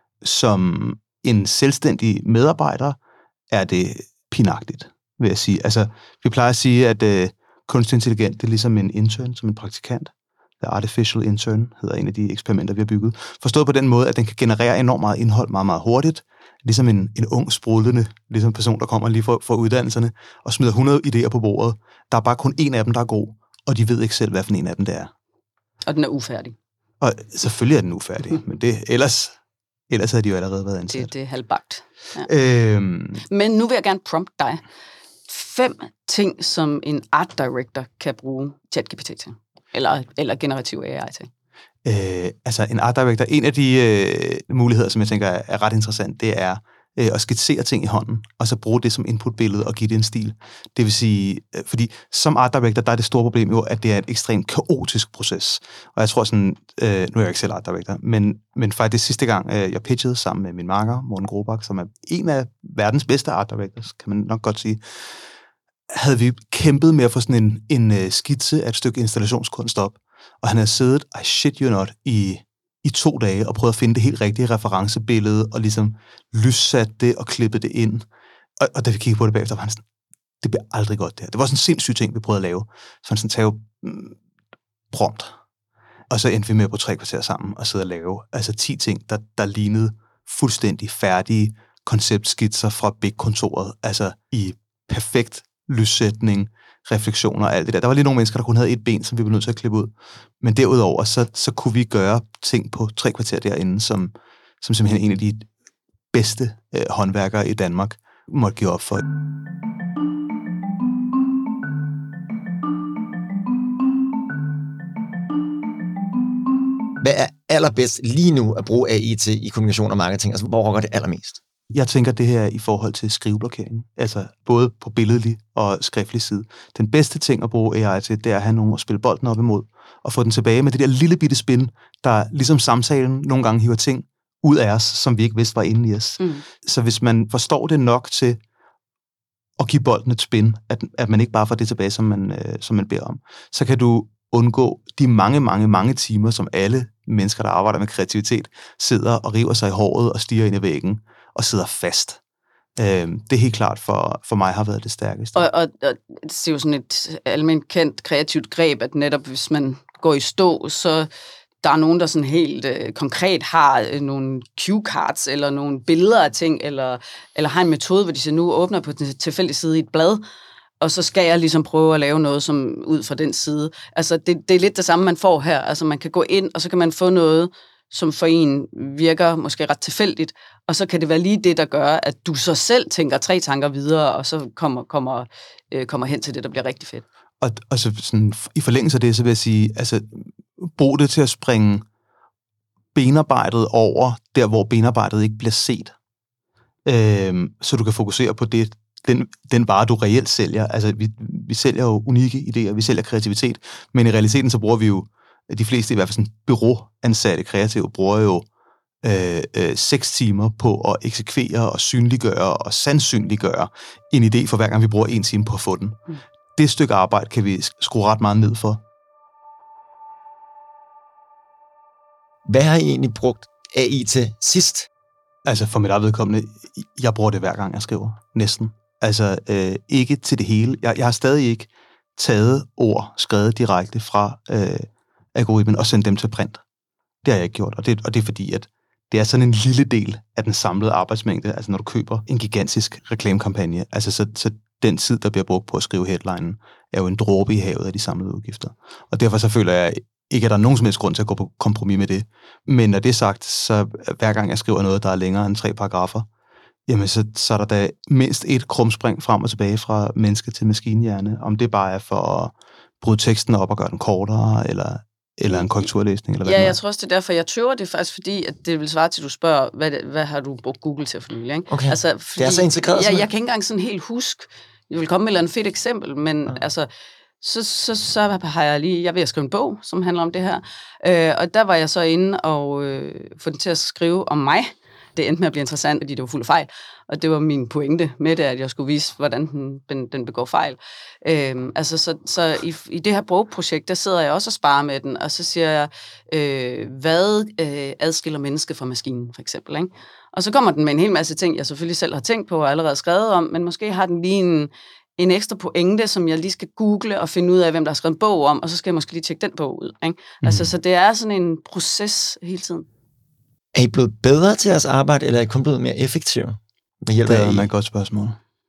Som en selvstændig medarbejder er det pinagtigt, vil jeg sige. Altså, vi plejer at sige, at øh, kunstig intelligens, det er ligesom en intern, som en praktikant. The Artificial Intern hedder en af de eksperimenter, vi har bygget. Forstået på den måde, at den kan generere enormt meget indhold meget, meget hurtigt. Ligesom en, en ung, sprudlende ligesom person, der kommer lige fra, fra uddannelserne og smider hundrede idéer på bordet. Der er bare kun en af dem, der er god, og de ved ikke selv, hvad for en af dem det er. Og den er ufærdig. Og selvfølgelig er den ufærdig, men det, ellers, ellers havde de jo allerede været ansat. Det, det er halvbagt. Ja. Øhm, men nu vil jeg gerne prompte dig. Fem ting, som en art director kan bruge ChatGPT til. Eller, eller generativ A I til. Øh, altså en art director, en af de øh, muligheder, som jeg tænker er, er ret interessant, det er øh, at skitsere ting i hånden, og så bruge det som inputbillede og give det en stil. Det vil sige, øh, fordi som art director, der er det store problem jo, at det er et ekstremt kaotisk proces. Og jeg tror sådan, øh, nu er jeg ikke selv art director, men, men faktisk det sidste gang, øh, jeg pitchede sammen med min makker, Morten Grobak, som er en af verdens bedste art directors, kan man nok godt sige, havde vi kæmpet med at få sådan en, en skitse af et stykke installationskunst op. Og han havde siddet, I shit you not, i, i to dage og prøvet at finde det helt rigtige referencebillede og ligesom lyssat det og klippet det ind. Og, og da vi kiggede på det bagefter, var han sådan, det bliver aldrig godt det her. Det var sådan en sindssyg ting, vi prøvede at lave. Så han sådan tage mm, prompt. Og så endte vi med på tre kvarter sammen og sidde og lave altså ti ting, der, der lignede fuldstændig færdige konceptskitser fra Big-kontoret. Altså i perfekt lyssætning, refleksioner og alt det der. Der var lige nogle mennesker, der kun havde et ben, som vi blev nødt til at klippe ud. Men derudover, så, så kunne vi gøre ting på tre kvarter derinde, som, som simpelthen en af de bedste øh, håndværkere i Danmark måtte give op for. Hvad er allerbedst lige nu at bruge A I til i kommunikation og marketing? Altså, hvor rokker det allermest? Jeg tænker det her i forhold til skriveblokering, altså både på billedlig og skriftlig side. Den bedste ting at bruge A I til, det er at have nogen at spille bolden op imod, og få den tilbage med det der lille bitte spin, der ligesom samtalen nogle gange hiver ting ud af os, som vi ikke vidste var inde i os. Mm. Så hvis man forstår det nok til at give bolden et spin, at, at man ikke bare får det tilbage, som man, øh, som man beder om, så kan du undgå de mange, mange, mange timer, som alle mennesker, der arbejder med kreativitet, sidder og river sig i håret og stiger ind i væggen og sidder fast. Øh, det er helt klart for, for mig har været det stærkeste. Og, og, og det er jo sådan et almindeligt kendt kreativt greb, at netop hvis man går i stå, så der er nogen, der sådan helt øh, konkret har øh, nogle cue cards, eller nogle billeder af ting, eller, eller har en metode, hvor de siger, nu åbner på den tilfældige side i et blad, og så skal jeg ligesom prøve at lave noget som ud fra den side. Altså, det, det er lidt det samme, man får her. Altså, man kan gå ind, og så kan man få noget, som for en virker måske ret tilfældigt, og så kan det være lige det, der gør, at du så selv tænker tre tanker videre, og så kommer, kommer, øh, kommer hen til det, der bliver rigtig fedt. Og, og så sådan, i forlængelse af det, så vil jeg sige, altså, brug det til at springe benarbejdet over, der hvor benarbejdet ikke bliver set. Øhm, så du kan fokusere på det, den, den vare, du reelt sælger. Altså, vi, vi sælger jo unikke idéer, vi sælger kreativitet, men i realiteten så bruger vi jo, de fleste i hvert fald sådan bureauansatte kreative, bruger jo øh, øh, seks timer på at eksekvere og synliggøre og sandsynliggøre en idé for hver gang vi bruger en time på at få den. Mm. Det stykke arbejde kan vi skrue ret meget ned for. Hvad har I egentlig brugt A I til sidst? Altså for mit eget vedkommende, jeg bruger det hver gang, jeg skriver. Næsten. Altså øh, ikke til det hele. Jeg, jeg har stadig ikke taget ord, skrevet direkte fra øh, algoritmen og sendt dem til print. Det har jeg ikke gjort, og det, og det er fordi, at det er sådan en lille del af den samlede arbejdsmængde, altså når du køber en gigantisk reklamekampagne, altså så, så den tid, der bliver brugt på at skrive headlinen, er jo en dråbe i havet af de samlede udgifter. Og derfor så føler jeg ikke, at der er nogen som helst grund til at gå på kompromis med det. Men når det er sagt, så hver gang jeg skriver noget, der er længere end tre paragrafer, jamen så, så er der da mindst et krumspring frem og tilbage fra menneske til maskinhjerne, om det bare er for at bryde teksten op og gøre den kortere, eller, eller en korrekturlæsning. Eller hvad ja, jeg tror også, det er derfor, jeg tøver det faktisk, fordi at det vil svare til, at du spørger, hvad, hvad har du brugt Google til for nylig? Ikke? Okay, altså, fordi, det er så integreret. Jeg, jeg kan ikke engang sådan helt huske, jeg vil komme med et eller andet fedt eksempel, men ja. altså, så, så, så har jeg lige, jeg er ved at skrive en bog, som handler om det her, øh, og der var jeg så inde og øh, få den til at skrive om mig. Det endte med at blive interessant, fordi det var fuld af fejl, og det var min pointe med det, at jeg skulle vise, hvordan den, den, den begår fejl. Øhm, altså, så, så i, i det her bogprojekt, der sidder jeg også og sparer med den, og så siger jeg, øh, hvad øh, adskiller mennesket fra maskinen, for eksempel, ikke? Og så kommer den med en hel masse ting, jeg selvfølgelig selv har tænkt på og allerede skrevet om, men måske har den lige en, en ekstra pointe, som jeg lige skal google og finde ud af, hvem der har skrevet en bog om, og så skal jeg måske lige tjekke den bog ud, ikke? Mm. Altså, så det er sådan en proces hele tiden. Er I blevet bedre til jeres arbejde, eller er I kun blevet mere effektive? Med hjælp af det er et godt spørgsmål.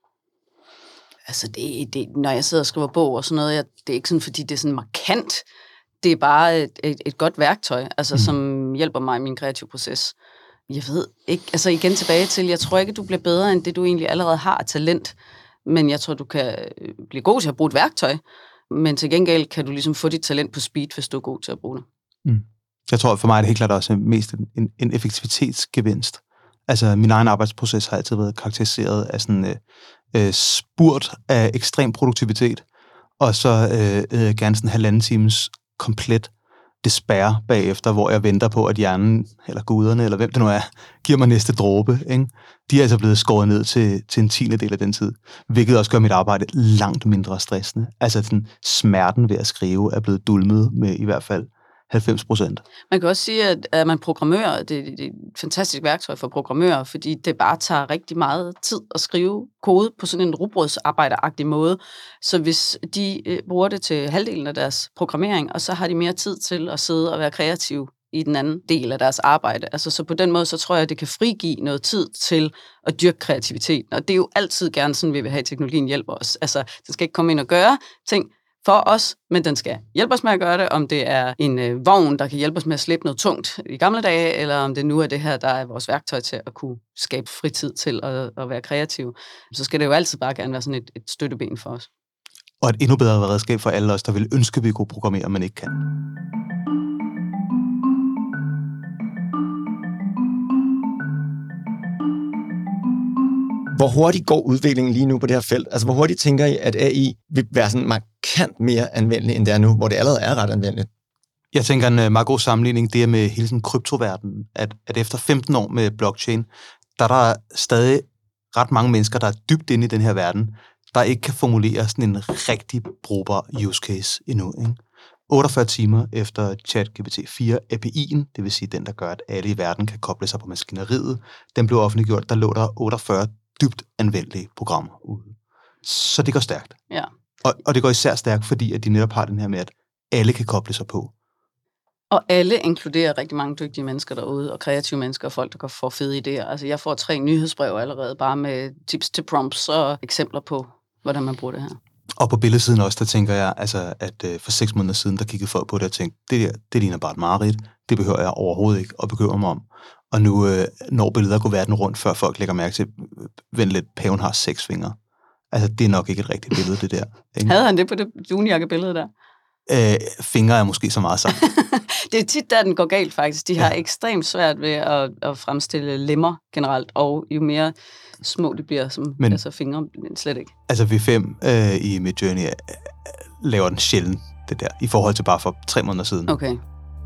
Altså, det, det, når jeg sidder og skriver bog og sådan noget, jeg, det er ikke sådan, fordi det er sådan markant. Det er bare et, et, et godt værktøj, altså, mm. som hjælper mig i min kreative proces. Jeg ved ikke, altså igen tilbage til, jeg tror ikke, du bliver bedre, end det du egentlig allerede har af talent, men jeg tror, du kan blive god til at bruge et værktøj, men til gengæld kan du ligesom få dit talent på speed, hvis du er god til at bruge det. Mm. Jeg tror, for mig er det helt klart også mest en, en effektivitetsgevinst. Altså, min egen arbejdsproces har altid været karakteriseret af sådan øh, øh, spurt af ekstrem produktivitet, og så øh, øh, gerne sådan en halvanden times komplet despair bagefter, hvor jeg venter på, at hjernen, eller guderne, eller hvem det nu er, giver mig næste dråbe. Ikke? De er altså blevet skåret ned til, til en tiende del af den tid, hvilket også gør mit arbejde langt mindre stressende. Altså, den smerten ved at skrive er blevet dulmet med i hvert fald halvfems procent. Man kan også sige, at, at man programmører, det, det er et fantastisk værktøj for programmører, fordi det bare tager rigtig meget tid at skrive kode på sådan en rugbrødsarbejderagtig måde. Så hvis de øh, bruger det til halvdelen af deres programmering, og så har de mere tid til at sidde og være kreative i den anden del af deres arbejde. Altså, så på den måde, så tror jeg, at det kan frigive noget tid til at dyrke kreativiteten. Og det er jo altid gerne sådan, vi vil have, at teknologien hjælper os. Altså, det skal ikke komme ind og gøre ting for os, men den skal hjælpe os med at gøre det, om det er en øh, vogn, der kan hjælpe os med at slippe noget tungt i gamle dage, eller om det nu er det her, der er vores værktøj til at kunne skabe fritid til at, at være kreativ. Så skal det jo altid bare gerne være sådan et, et støtteben for os. Og et endnu bedre redskab for alle os, der vil ønske, at vi kunne programmere, men ikke kan. Hvor hurtigt går udviklingen lige nu på det her felt? Altså, hvor hurtigt tænker I, at A I vil være sådan markant mere anvendelig, end det er nu, hvor det allerede er ret anvendeligt? Jeg tænker en meget god sammenligning, det er med hele sådan kryptoverdenen, at, at efter femten år med blockchain, der er der stadig ret mange mennesker, der er dybt inde i den her verden, der ikke kan formulere sådan en rigtig brugbar use case endnu. Ikke? otteogfyrre timer efter ChatGPT fire A P I'en, det vil sige den, der gør, at alle i verden kan koble sig på maskineriet, den blev offentliggjort, der lå der otteogfyrre dybt anvendelige programmer ude. Så det går stærkt. Ja. Og, og det går især stærkt, fordi at de netop har den her med, at alle kan koble sig på. Og alle inkluderer rigtig mange dygtige mennesker derude, og kreative mennesker, og folk, der kan få fede idéer. Altså, jeg får tre nyhedsbreve allerede, bare med tips til prompts og eksempler på, hvordan man bruger det her. Og på billedsiden også, der tænker jeg, altså, at øh, for seks måneder siden, der kiggede folk på det og tænkte, det der, det ligner bare et mareridt. Det behøver jeg overhovedet ikke at bekymre mig om. Og nu øh, når billeder går verden rundt, før folk lægger mærke til, vent lidt, paven har seks fingre. Altså, det er nok ikke et rigtigt billede, det der. Ikke? Havde han det på det dunjakke-billede der? Øh, fingre er måske så meget sagt. Det er tit, der den går galt faktisk. De har ja. ekstremt svært ved at, at fremstille lemmer generelt, og jo mere små de bliver, som men, altså fingre slet ikke. Altså V fem øh, i Midjourney øh, laver den sjældent, det der, i forhold til bare for tre måneder siden. Okay.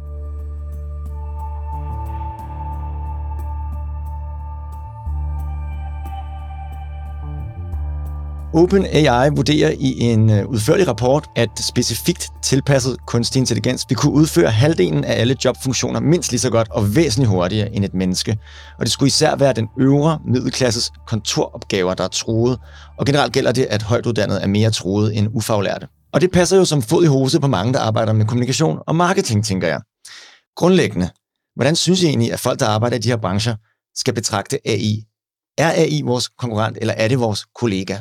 OpenAI vurderer i en udførlig rapport, at specifikt tilpasset kunstig intelligens vil kunne udføre halvdelen af alle jobfunktioner mindst lige så godt og væsentligt hurtigere end et menneske. Og det skulle især være den øvre middelklasses kontoropgaver, der er truet. Og generelt gælder det, at højtuddannede er mere truet end ufaglærte. Og det passer jo som fod i hose på mange, der arbejder med kommunikation og marketing, tænker jeg. Grundlæggende, hvordan synes I egentlig, at folk, der arbejder i de her brancher, skal betragte A I? Er A I vores konkurrent, eller er det vores kollega?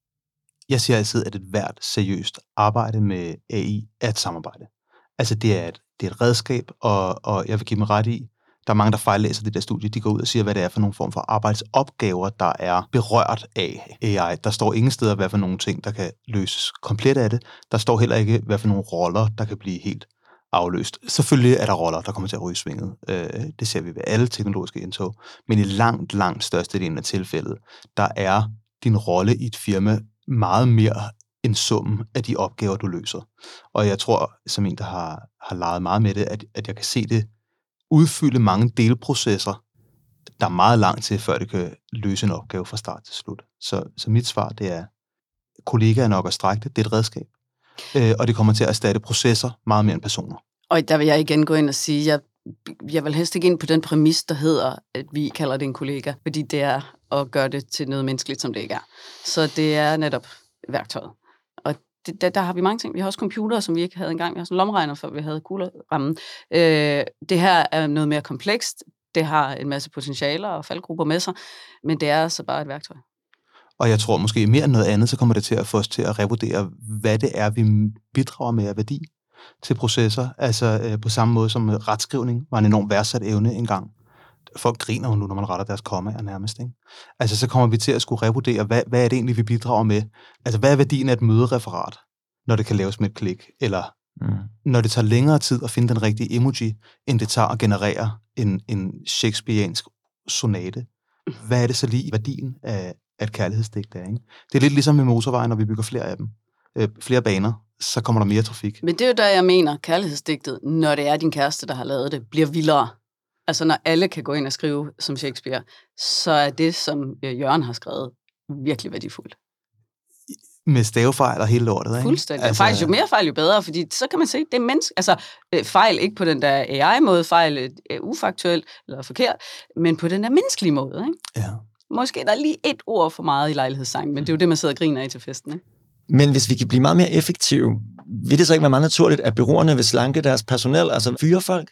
Jeg siger altid, at et hvert seriøst arbejde med A I er et samarbejde. Altså det er et, det er et redskab, og, og jeg vil give mig ret i, der er mange, der fejllæser det der studie. De går ud og siger, hvad det er for nogle form for arbejdsopgaver, der er berørt af A I. Der står ingen steder, hvad for nogle ting, der kan løses komplet af det. Der står heller ikke, hvad for nogle roller, der kan blive helt afløst. Selvfølgelig er der roller, der kommer til at ryge svinget. Det ser vi ved alle teknologiske indtog. Men i langt, langt størstedelen af tilfældet, der er din rolle i et firma meget mere end summen af de opgaver, du løser. Og jeg tror, som en, der har, har leget meget med det, at, at jeg kan se det udfylde mange delprocesser, der er meget langt til, før det kan løse en opgave fra start til slut. Så, så mit svar, det er, kollegaer nok at strække det, det er et redskab. Øh, og det kommer til at erstatte processer meget mere end personer. Og der vil jeg igen gå ind og sige, jeg, jeg vil helst ikke ind på den præmis, der hedder, at vi kalder det en kollega, fordi det er at gøre det til noget menneskeligt, som det ikke er. Så det er netop værktøjet. Og det, der, der har vi mange ting. Vi har også computere, som vi ikke havde engang. Vi har sådan en lommeregner, før vi havde kuglerammen. Øh, det her er noget mere komplekst. Det har en masse potentialer og faldgrupper med sig, men det er altså bare et værktøj. Og jeg tror måske mere end noget andet, så kommer det til at få os til at revurdere, hvad det er, vi bidrager med af værdi til processer. Altså øh, på samme måde som retskrivning var en enormt værdsat evne engang. Folk griner jo nu, når man retter deres kommaer nærmest. Ikke? Altså så kommer vi til at skulle revurdere, hvad, hvad er det egentlig, vi bidrager med? Altså hvad er værdien af et mødereferat, når det kan laves med et klik? Eller mm. når det tager længere tid at finde den rigtige emoji, end det tager at generere en, en shakespeariansk sonate. Hvad er det så lige værdien af et kærlighedsdigt der? Ikke? Det er lidt ligesom med motorvejen, når vi bygger flere af dem. Øh, flere baner, så kommer der mere trafik. Men det er jo der, jeg mener, kærlighedsdigtet, når det er din kæreste, der har lavet det, bliver vildere. Altså når alle kan gå ind og skrive som Shakespeare, så er det, som Jørgen har skrevet, virkelig værdifuldt. Med stavefejl og hele lortet, ikke? Fuldstændig. Altså, faktisk jo mere fejl, jo bedre, fordi så kan man se, det er menneske. Altså fejl ikke på den der A I-måde, fejl er ufaktuelt eller forkert, men på den der menneskelige måde, ikke? Ja. Måske der er lige et ord for meget i lejlighedssangen, men det er jo det, man sidder og griner af til festen, ikke? Men hvis vi kan blive meget mere effektive, vil det så ikke være meget naturligt, at bureauerne vil slanke deres personel, altså fyre folk?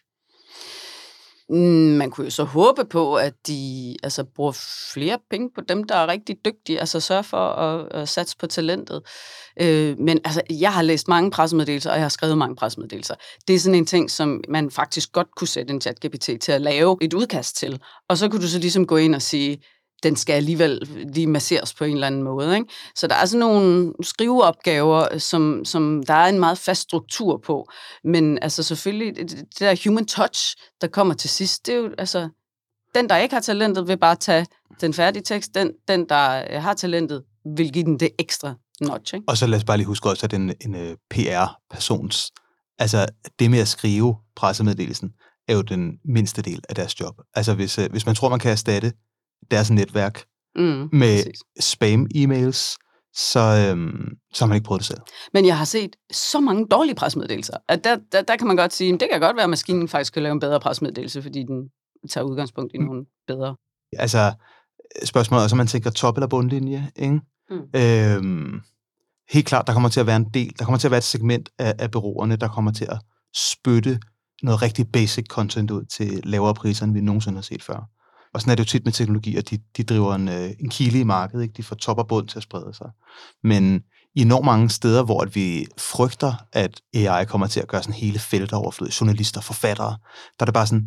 Man kunne jo så håbe på, at de altså, bruger flere penge på dem, der er rigtig dygtige, altså sørge for at, at satse på talentet. Øh, men altså, jeg har læst mange pressemeddelelser, og jeg har skrevet mange pressemeddelelser. Det er sådan en ting, som man faktisk godt kunne sætte en ChatGPT til at lave et udkast til. Og så kunne du så ligesom gå ind og sige, den skal alligevel lige masseres på en eller anden måde. Ikke? Så der er sådan nogle skriveopgaver, som, som der er en meget fast struktur på. Men altså selvfølgelig, det, det der human touch, der kommer til sidst, det er jo, altså, den, der ikke har talentet, vil bare tage den færdige tekst. Den, den der har talentet, vil give den det ekstra notch. Ikke? Og så lad os bare lige huske også, at en, en uh, P R-persons, altså det med at skrive pressemeddelelsen, er jo den mindste del af deres job. Altså hvis, uh, hvis man tror, man kan erstatte deres netværk mm, med præcis. spam-e-mails, så, øhm, så har man ikke prøvet det selv. Men jeg har set så mange dårlige pressemeddelelser, at der, der, der kan man godt sige, at det kan godt være, at maskinen faktisk kan lave en bedre pressemeddelelse, fordi den tager udgangspunkt i mm. nogle bedre. Altså, spørgsmålet er også, om man tænker top- eller bundlinje, ikke? Mm. Øhm, helt klart, der kommer til at være en del, der kommer til at være et segment af, af bureauerne, der kommer til at spytte noget rigtig basic content ud til lavere priser, end vi nogensinde har set før. Og sådan er det jo tit med teknologi, at de, de driver en, en kile i markedet, ikke? De får top og bund til at sprede sig. Men i enormt mange steder, hvor vi frygter, at A I kommer til at gøre sådan hele felter overflødige, journalister, forfattere, der er det bare sådan,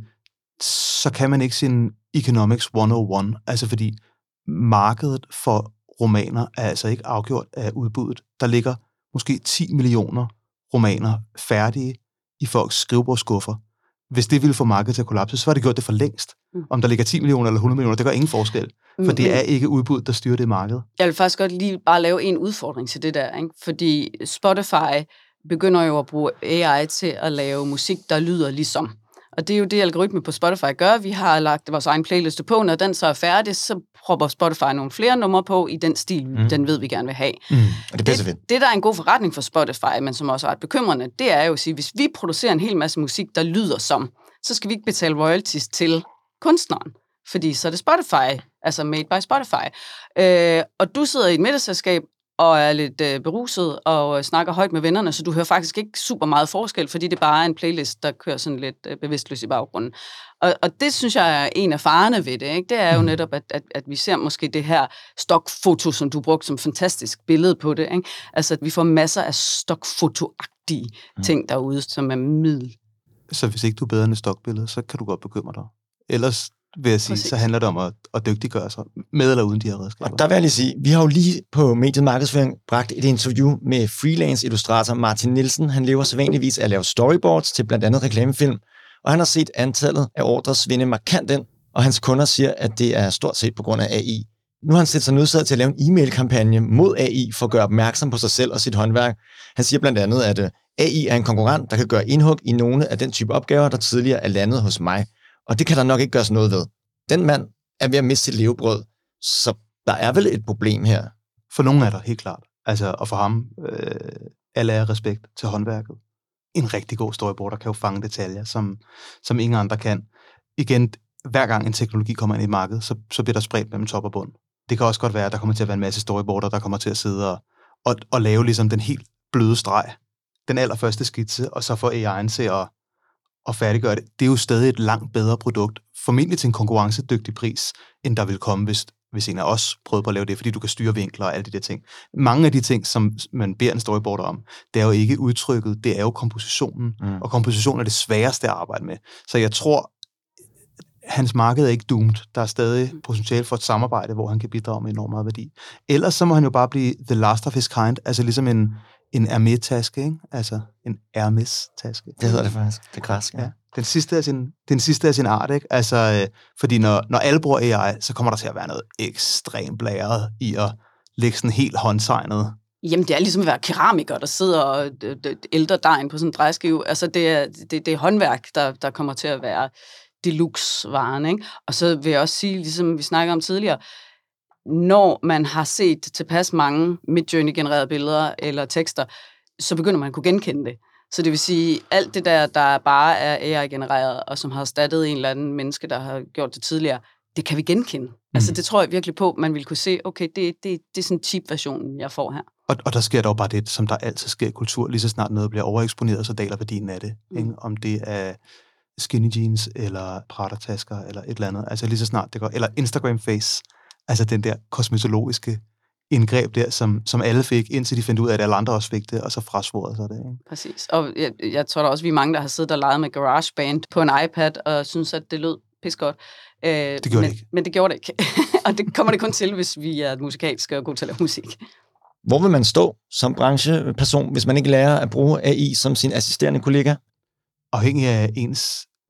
så kan man ikke sin economics et nul et, altså fordi markedet for romaner er altså ikke afgjort af udbuddet. Der ligger måske ti millioner romaner færdige i folks skrivebordsskuffer. Hvis det ville få markedet til at kollapse, så var det gjort det for længst. Mm. Om der ligger ti millioner eller hundrede millioner, det gør ingen forskel. For mm. det er ikke udbuddet, der styrer det marked. Jeg vil faktisk godt lige bare lave en udfordring til det der, ikke? Fordi Spotify begynder jo at bruge A I til at lave musik, der lyder ligesom. Og det er jo det, algoritme på Spotify gør. Vi har lagt vores egen playliste på, når den så er færdig, så propper Spotify nogle flere numre på i den stil, mm. den ved, vi gerne vil have. Mm. Og det, det, det, der er en god forretning for Spotify, men som også er ret bekymrende, det er jo at sige, hvis vi producerer en hel masse musik, der lyder som, så skal vi ikke betale royalties til kunstneren, fordi så er det Spotify, altså made by Spotify. Øh, og du sidder i et middagsselskab og er lidt øh, beruset og snakker højt med vennerne, så du hører faktisk ikke super meget forskel, fordi det bare er en playlist, der kører sådan lidt øh, bevidstløs i baggrunden. Og, og det synes jeg er en af farerne ved det, ikke? Det er jo netop, at, at, at vi ser måske det her stokfoto, som du brugte som fantastisk billede på det, ikke? Altså, at vi får masser af stokfotoagtige mm. ting derude, som er middel. Så hvis ikke du er bedre end et stokbillede, så kan du godt bekymre dig. Ellers vil jeg sige, Præcis. så handler det om at, at dygtiggøre sig med eller uden de her redskaber. Og der vil jeg lige sige, vi har jo lige på Mediet Markedsføring bragt et interview med freelance-illustrator Martin Nielsen. Han lever sædvanligvis af at lave storyboards til blandt andet reklamefilm, og han har set antallet af ordrer svinde markant ind, og hans kunder siger, at det er stort set på grund af A I. Nu har han set sig nødsaget til at lave en e-mail-kampagne mod A I for at gøre opmærksom på sig selv og sit håndværk. Han siger blandt andet, at A I er en konkurrent, der kan gøre indhug i nogle af den type opgaver, der tidligere er landet hos mig. Og det kan der nok ikke gøres noget ved. Den mand er ved at miste sit levebrød, så der er vel et problem her. For nogen er der helt klart. Altså, og for ham, øh, alle er respekt til håndværket. En rigtig god storyboarder kan jo fange detaljer, som, som ingen andre kan. Igen, hver gang en teknologi kommer ind i markedet, så, så bliver der spredt mellem top og bund. Det kan også godt være, at der kommer til at være en masse storyboarder, der kommer til at sidde og, og, og lave ligesom den helt bløde streg. Den allerførste skitse, og så få A I'en til at og færdiggøre det. Det er jo stadig et langt bedre produkt, formentlig til en konkurrencedygtig pris, end der vil komme, hvis, hvis en af os prøvede på at lave det, fordi du kan styre vinkler og alle de der ting. Mange af de ting, som man beder en storyboarder om, det er jo ikke udtrykket, det er jo kompositionen, mm. og komposition er det sværeste at arbejde med. Så jeg tror, hans marked er ikke doomed. Der er stadig potentiale for et samarbejde, hvor han kan bidrage med enormt meget værdi. Ellers så må han jo bare blive the last of his kind, altså ligesom en En Hermès-taske, ikke? Altså en Hermès-taske. Det hedder det faktisk. Det er græsk, ja. ja. Den sidste af sin, den sidste af sin art, ikke? Altså, øh, fordi når, når alle bruger A I, så kommer der til at være noget ekstremt blæret i at lægge sådan helt håndtegnet. Jamen, det er ligesom at være keramiker, der sidder og ælter dejen på sådan en drejeskive. Altså, det er, det, det er håndværk, der, der kommer til at være deluxe-varen, ikke? Og så vil jeg også sige, ligesom vi snakkede om tidligere, når man har set tilpas mange Midjourney-genererede billeder eller tekster, så begynder man at kunne genkende det. Så det vil sige, alt det der, der bare er A I-genereret, og som har erstattet en eller anden menneske, der har gjort det tidligere, det kan vi genkende. Mm. Altså det tror jeg virkelig på, man vil kunne se, okay, det, det, det er sådan en cheap-version, jeg får her. Og, og der sker dog bare det, som der altid sker i kultur, lige så snart noget bliver overeksponeret, så daler værdien af det. Mm. Ikke? Om det er skinny jeans, eller Prada-tasker, eller et eller andet. Altså lige så snart det går, eller Instagram-face. Altså den der kosmetologiske indgreb der, som, som alle fik, indtil de fandt ud af, at alle andre også fik det, og så frasvorede sig det. Ikke? Præcis. Og jeg, jeg tror da også, vi er mange, der har siddet og leget med GarageBand på en iPad, og synes, at det lød pissegodt. Øh, det gjorde men, det ikke. Men det gjorde det ikke. Og det kommer det kun til, hvis vi er musikalske og gode til at lave musik. Hvor vil man stå som brancheperson, hvis man ikke lærer at bruge A I som sin assisterende kollega? Afhængig af ens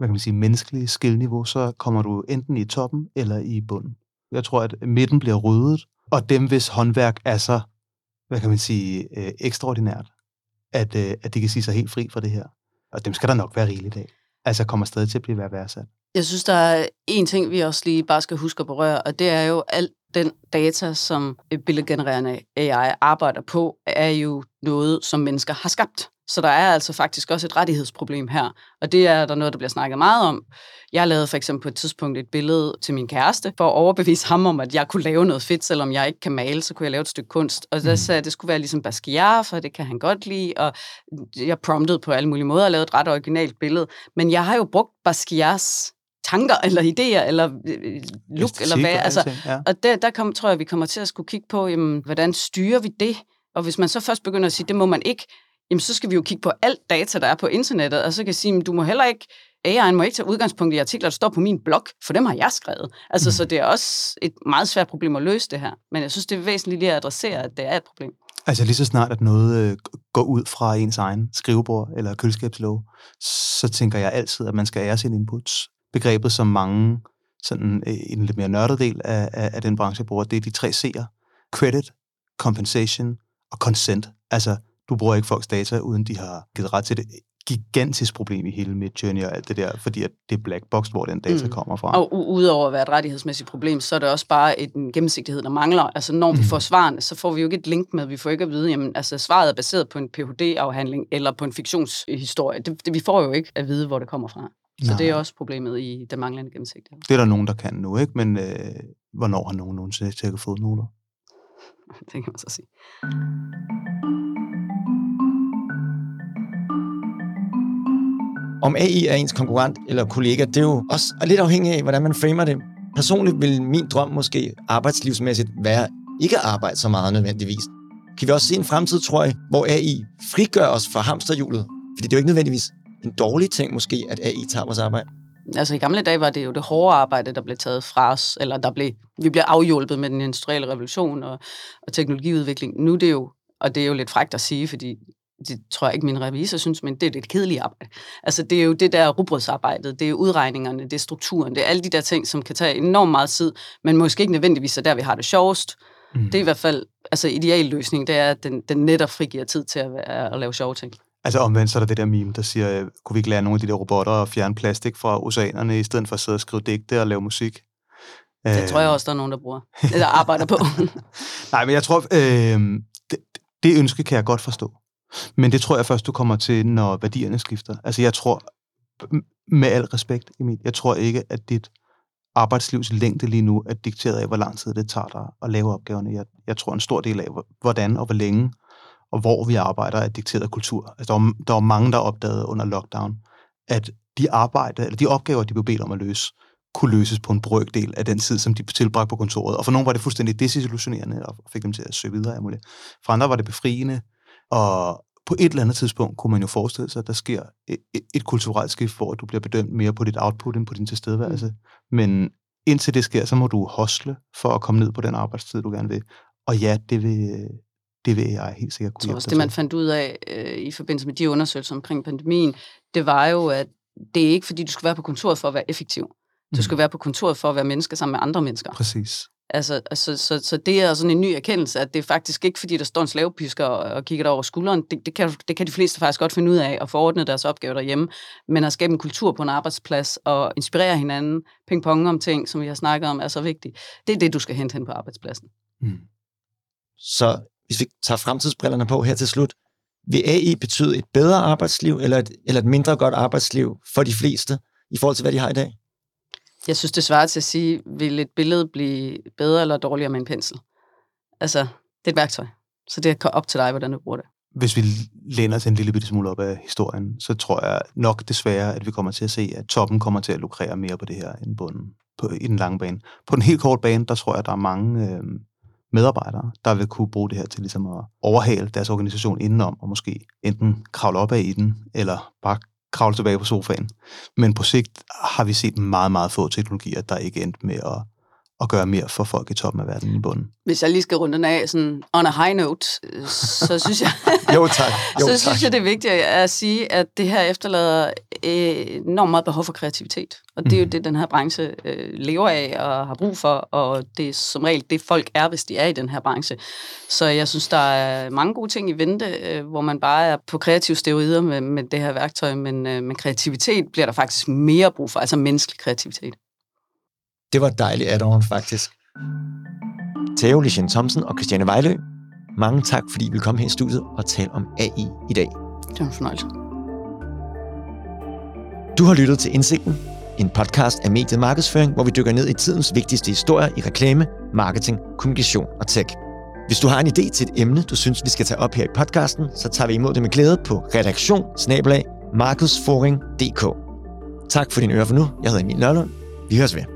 hvad kan man sige, menneskelige skillniveau, så kommer du enten i toppen eller i bunden. Jeg tror, at midten bliver ryddet, og dem, hvis håndværk er så, hvad kan man sige, øh, ekstraordinært, at, øh, at de kan sige sig helt fri fra det her. Og dem skal der nok være rigeligt af. Altså kommer stadig til at blive værdsat. Jeg synes, der er en ting, vi også lige bare skal huske at berøre, og det er jo alt den data, som billedgenererende A I arbejder på, er jo noget, som mennesker har skabt. Så der er altså faktisk også et rettighedsproblem her, og det er der noget, der bliver snakket meget om. Jeg lavede for eksempel på et tidspunkt et billede til min kæreste, for at overbevise ham om, at jeg kunne lave noget fedt, selvom jeg ikke kan male, så kunne jeg lave et stykke kunst. Og der sagde jeg, at det skulle være ligesom Basquiat, for det kan han godt lide, og jeg promptede på alle mulige måder og lavede et ret originalt billede. Men jeg har jo brugt Basquiats tanker, eller idéer, eller look, Estetik, eller hvad. Altså, ja. Og der, der kom, tror jeg, vi kommer til at skulle kigge på, jamen, hvordan styrer vi det? Og hvis man så først begynder at sige, det må man ikke, jamen, så skal vi jo kigge på alt data, der er på internettet, og så kan jeg sige, du må heller ikke, A I'en må ikke tage udgangspunkt i artikler, der står på min blog, for dem har jeg skrevet. Altså, mm. så det er også et meget svært problem at løse det her. Men jeg synes, det er væsentligt lige at adressere, at det er et problem. Altså lige så snart, at noget øh, går ud fra ens egen skrivebord eller køleskabslåge, så tænker jeg altid, at man skal ære sine inputs. Begrebet, som mange sådan, øh, i den lidt mere nørdede del af, af, af den branche bruger, det er de tre C'er. Credit, compensation og consent. Altså, du bruger ikke folks data, uden de har givet ret til det. Gigantisk problem i hele Midjourney og alt det der, fordi at det er black box, hvor den data mm. kommer fra. Og u- udover at være et rettighedsmæssigt problem, så er det også bare en gennemsigtighed, der mangler. Altså når vi mm. får svarene, så får vi jo ikke et link med, vi får ikke at vide, jamen altså svaret er baseret på en P H D-afhandling eller på en fiktionshistorie. Det, det, vi får jo ikke at vide, hvor det kommer fra. Så Nej. Det er også problemet i den manglende gennemsigtighed. Det er der nogen, der kan nu, ikke? Men øh, hvornår har nogen nogensinde tjekket fodnoter? Det kan man så sige. Om A I er ens konkurrent eller kollega, det er jo også lidt afhængigt af, hvordan man framer det. Personligt vil min drøm måske arbejdslivsmæssigt være ikke at arbejde så meget nødvendigvis. Kan vi også se en fremtid, tror jeg, hvor A I frigør os fra hamsterhjulet? Fordi det er jo ikke nødvendigvis en dårlig ting måske, at A I tager vores arbejde. Altså i gamle dage var det jo det hårde arbejde, der blev taget fra os, eller der blev, vi blev afhjulpet med den industrielle revolution og, og teknologiudvikling. Nu er det jo, og det er jo lidt frækt at sige, fordi det tror jeg ikke, min revisor synes, men det er det kedelige arbejde. Altså, det er jo det der rugbrødsarbejdet, det er udregningerne, det er strukturen, det er alle de der ting, som kan tage enormt meget tid, men måske ikke nødvendigvis er der, vi har det sjovest. Mm. Det er i hvert fald, altså idealløsning, det er, at den, den netop frigiver tid til at, være, at lave sjove ting. Altså omvendt, så er der det der meme, der siger, kunne vi ikke lære nogle af de der robotter at fjerne plastik fra oceanerne, i stedet for at sidde og skrive digte og lave musik? Det øh... tror jeg også, der er nogen, der bruger, eller arbejder på. Nej, men jeg tror, øh, det, det ønske kan jeg godt forstå. Men det tror jeg først, du kommer til, når værdierne skifter. Altså jeg tror, med al respekt, Emil, jeg tror ikke, at dit arbejdslivs længde lige nu er dikteret af, hvor lang tid det tager dig at lave opgaverne. Jeg, jeg tror, en stor del af, hvordan og hvor længe og hvor vi arbejder, er dikteret af kultur. Altså der var, der var mange, der opdagede under lockdown, at de arbejde, eller de opgaver, de blev bedt om at løse, kunne løses på en brøkdel af den tid, som de tilbragte på kontoret. Og for nogle var det fuldstændig desillusionerende, og fik dem til at søge videre. For andre var det befriende. Og på et eller andet tidspunkt kunne man jo forestille sig, at der sker et, et, et kulturelt skift, hvor du bliver bedømt mere på dit output end på din tilstedeværelse. Mm. Men indtil det sker, så må du hustle for at komme ned på den arbejdstid, du gerne vil. Og ja, det vil, det vil jeg helt sikkert kunne hjælpe. Det, man fandt ud af øh, i forbindelse med de undersøgelser omkring pandemien, det var jo, at det er ikke, fordi du skal være på kontoret for at være effektiv. Du mm. skal være på kontoret for at være mennesker sammen med andre mennesker. Præcis. Altså, altså så, så det er sådan en ny erkendelse, at det er faktisk ikke, fordi der står en slavepisker og, og kigger der over skulderen. Det, det, kan, det kan de fleste faktisk godt finde ud af at forordne deres opgaver derhjemme, men at skabe en kultur på en arbejdsplads og inspirere hinanden, ping-pong om ting, som vi har snakket om, er så vigtigt. Det er det, du skal hente hen på arbejdspladsen. Mm. Så hvis vi tager fremtidsbrillerne på her til slut, vil A I betyde et bedre arbejdsliv eller et, eller et mindre godt arbejdsliv for de fleste i forhold til, hvad de har i dag? Jeg synes, det svarer til at sige, vil et billede blive bedre eller dårligere med en pensel? Altså, det er et værktøj. Så det er op til dig, hvordan du bruger det. Hvis vi læner os en lille bitte smule op af historien, så tror jeg nok desværre, at vi kommer til at se, at toppen kommer til at lukrere mere på det her end bunden på, i den lange bane. På den helt korte bane, der tror jeg, at der er mange øh, medarbejdere, der vil kunne bruge det her til ligesom at overhale deres organisation indenom, og måske enten kravle op af i den, eller bare kravle tilbage på sofaen. Men på sigt har vi set meget, meget få teknologier, der ikke endte med at, at gøre mere for folk i toppen af verden i bunden. Hvis jeg lige skal runde den af sådan on a high note, så synes jeg, jo, tak. Jo, så tak. synes jeg, det er vigtigt at sige, at det her efterlader enormt meget behov for kreativitet. Og det er jo det, den her branche øh, lever af og har brug for, og det er som regel det, folk er, hvis de er i den her branche. Så jeg synes, der er mange gode ting i vente, øh, hvor man bare er på kreative steroider med, med det her værktøj, men øh, med kreativitet bliver der faktisk mere brug for, altså menneskelig kreativitet. Det var et dejligt add-on, faktisk. Theo Licien Thomsen og Christiane Vejlø, mange tak, fordi I ville komme her i studiet og tale om A I i dag. Det var en fornøjelse. Du har lyttet til Indsigten, en podcast af mediet Markedsføring, hvor vi dykker ned i tidens vigtigste historier i reklame, marketing, kommunikation og tech. Hvis du har en idé til et emne, du synes, vi skal tage op her i podcasten, så tager vi imod det med glæde på redaktion snabel-a markedsføring punktum d k. Tak for din øre for nu. Jeg hedder Emil Nørlund. Vi høres ved.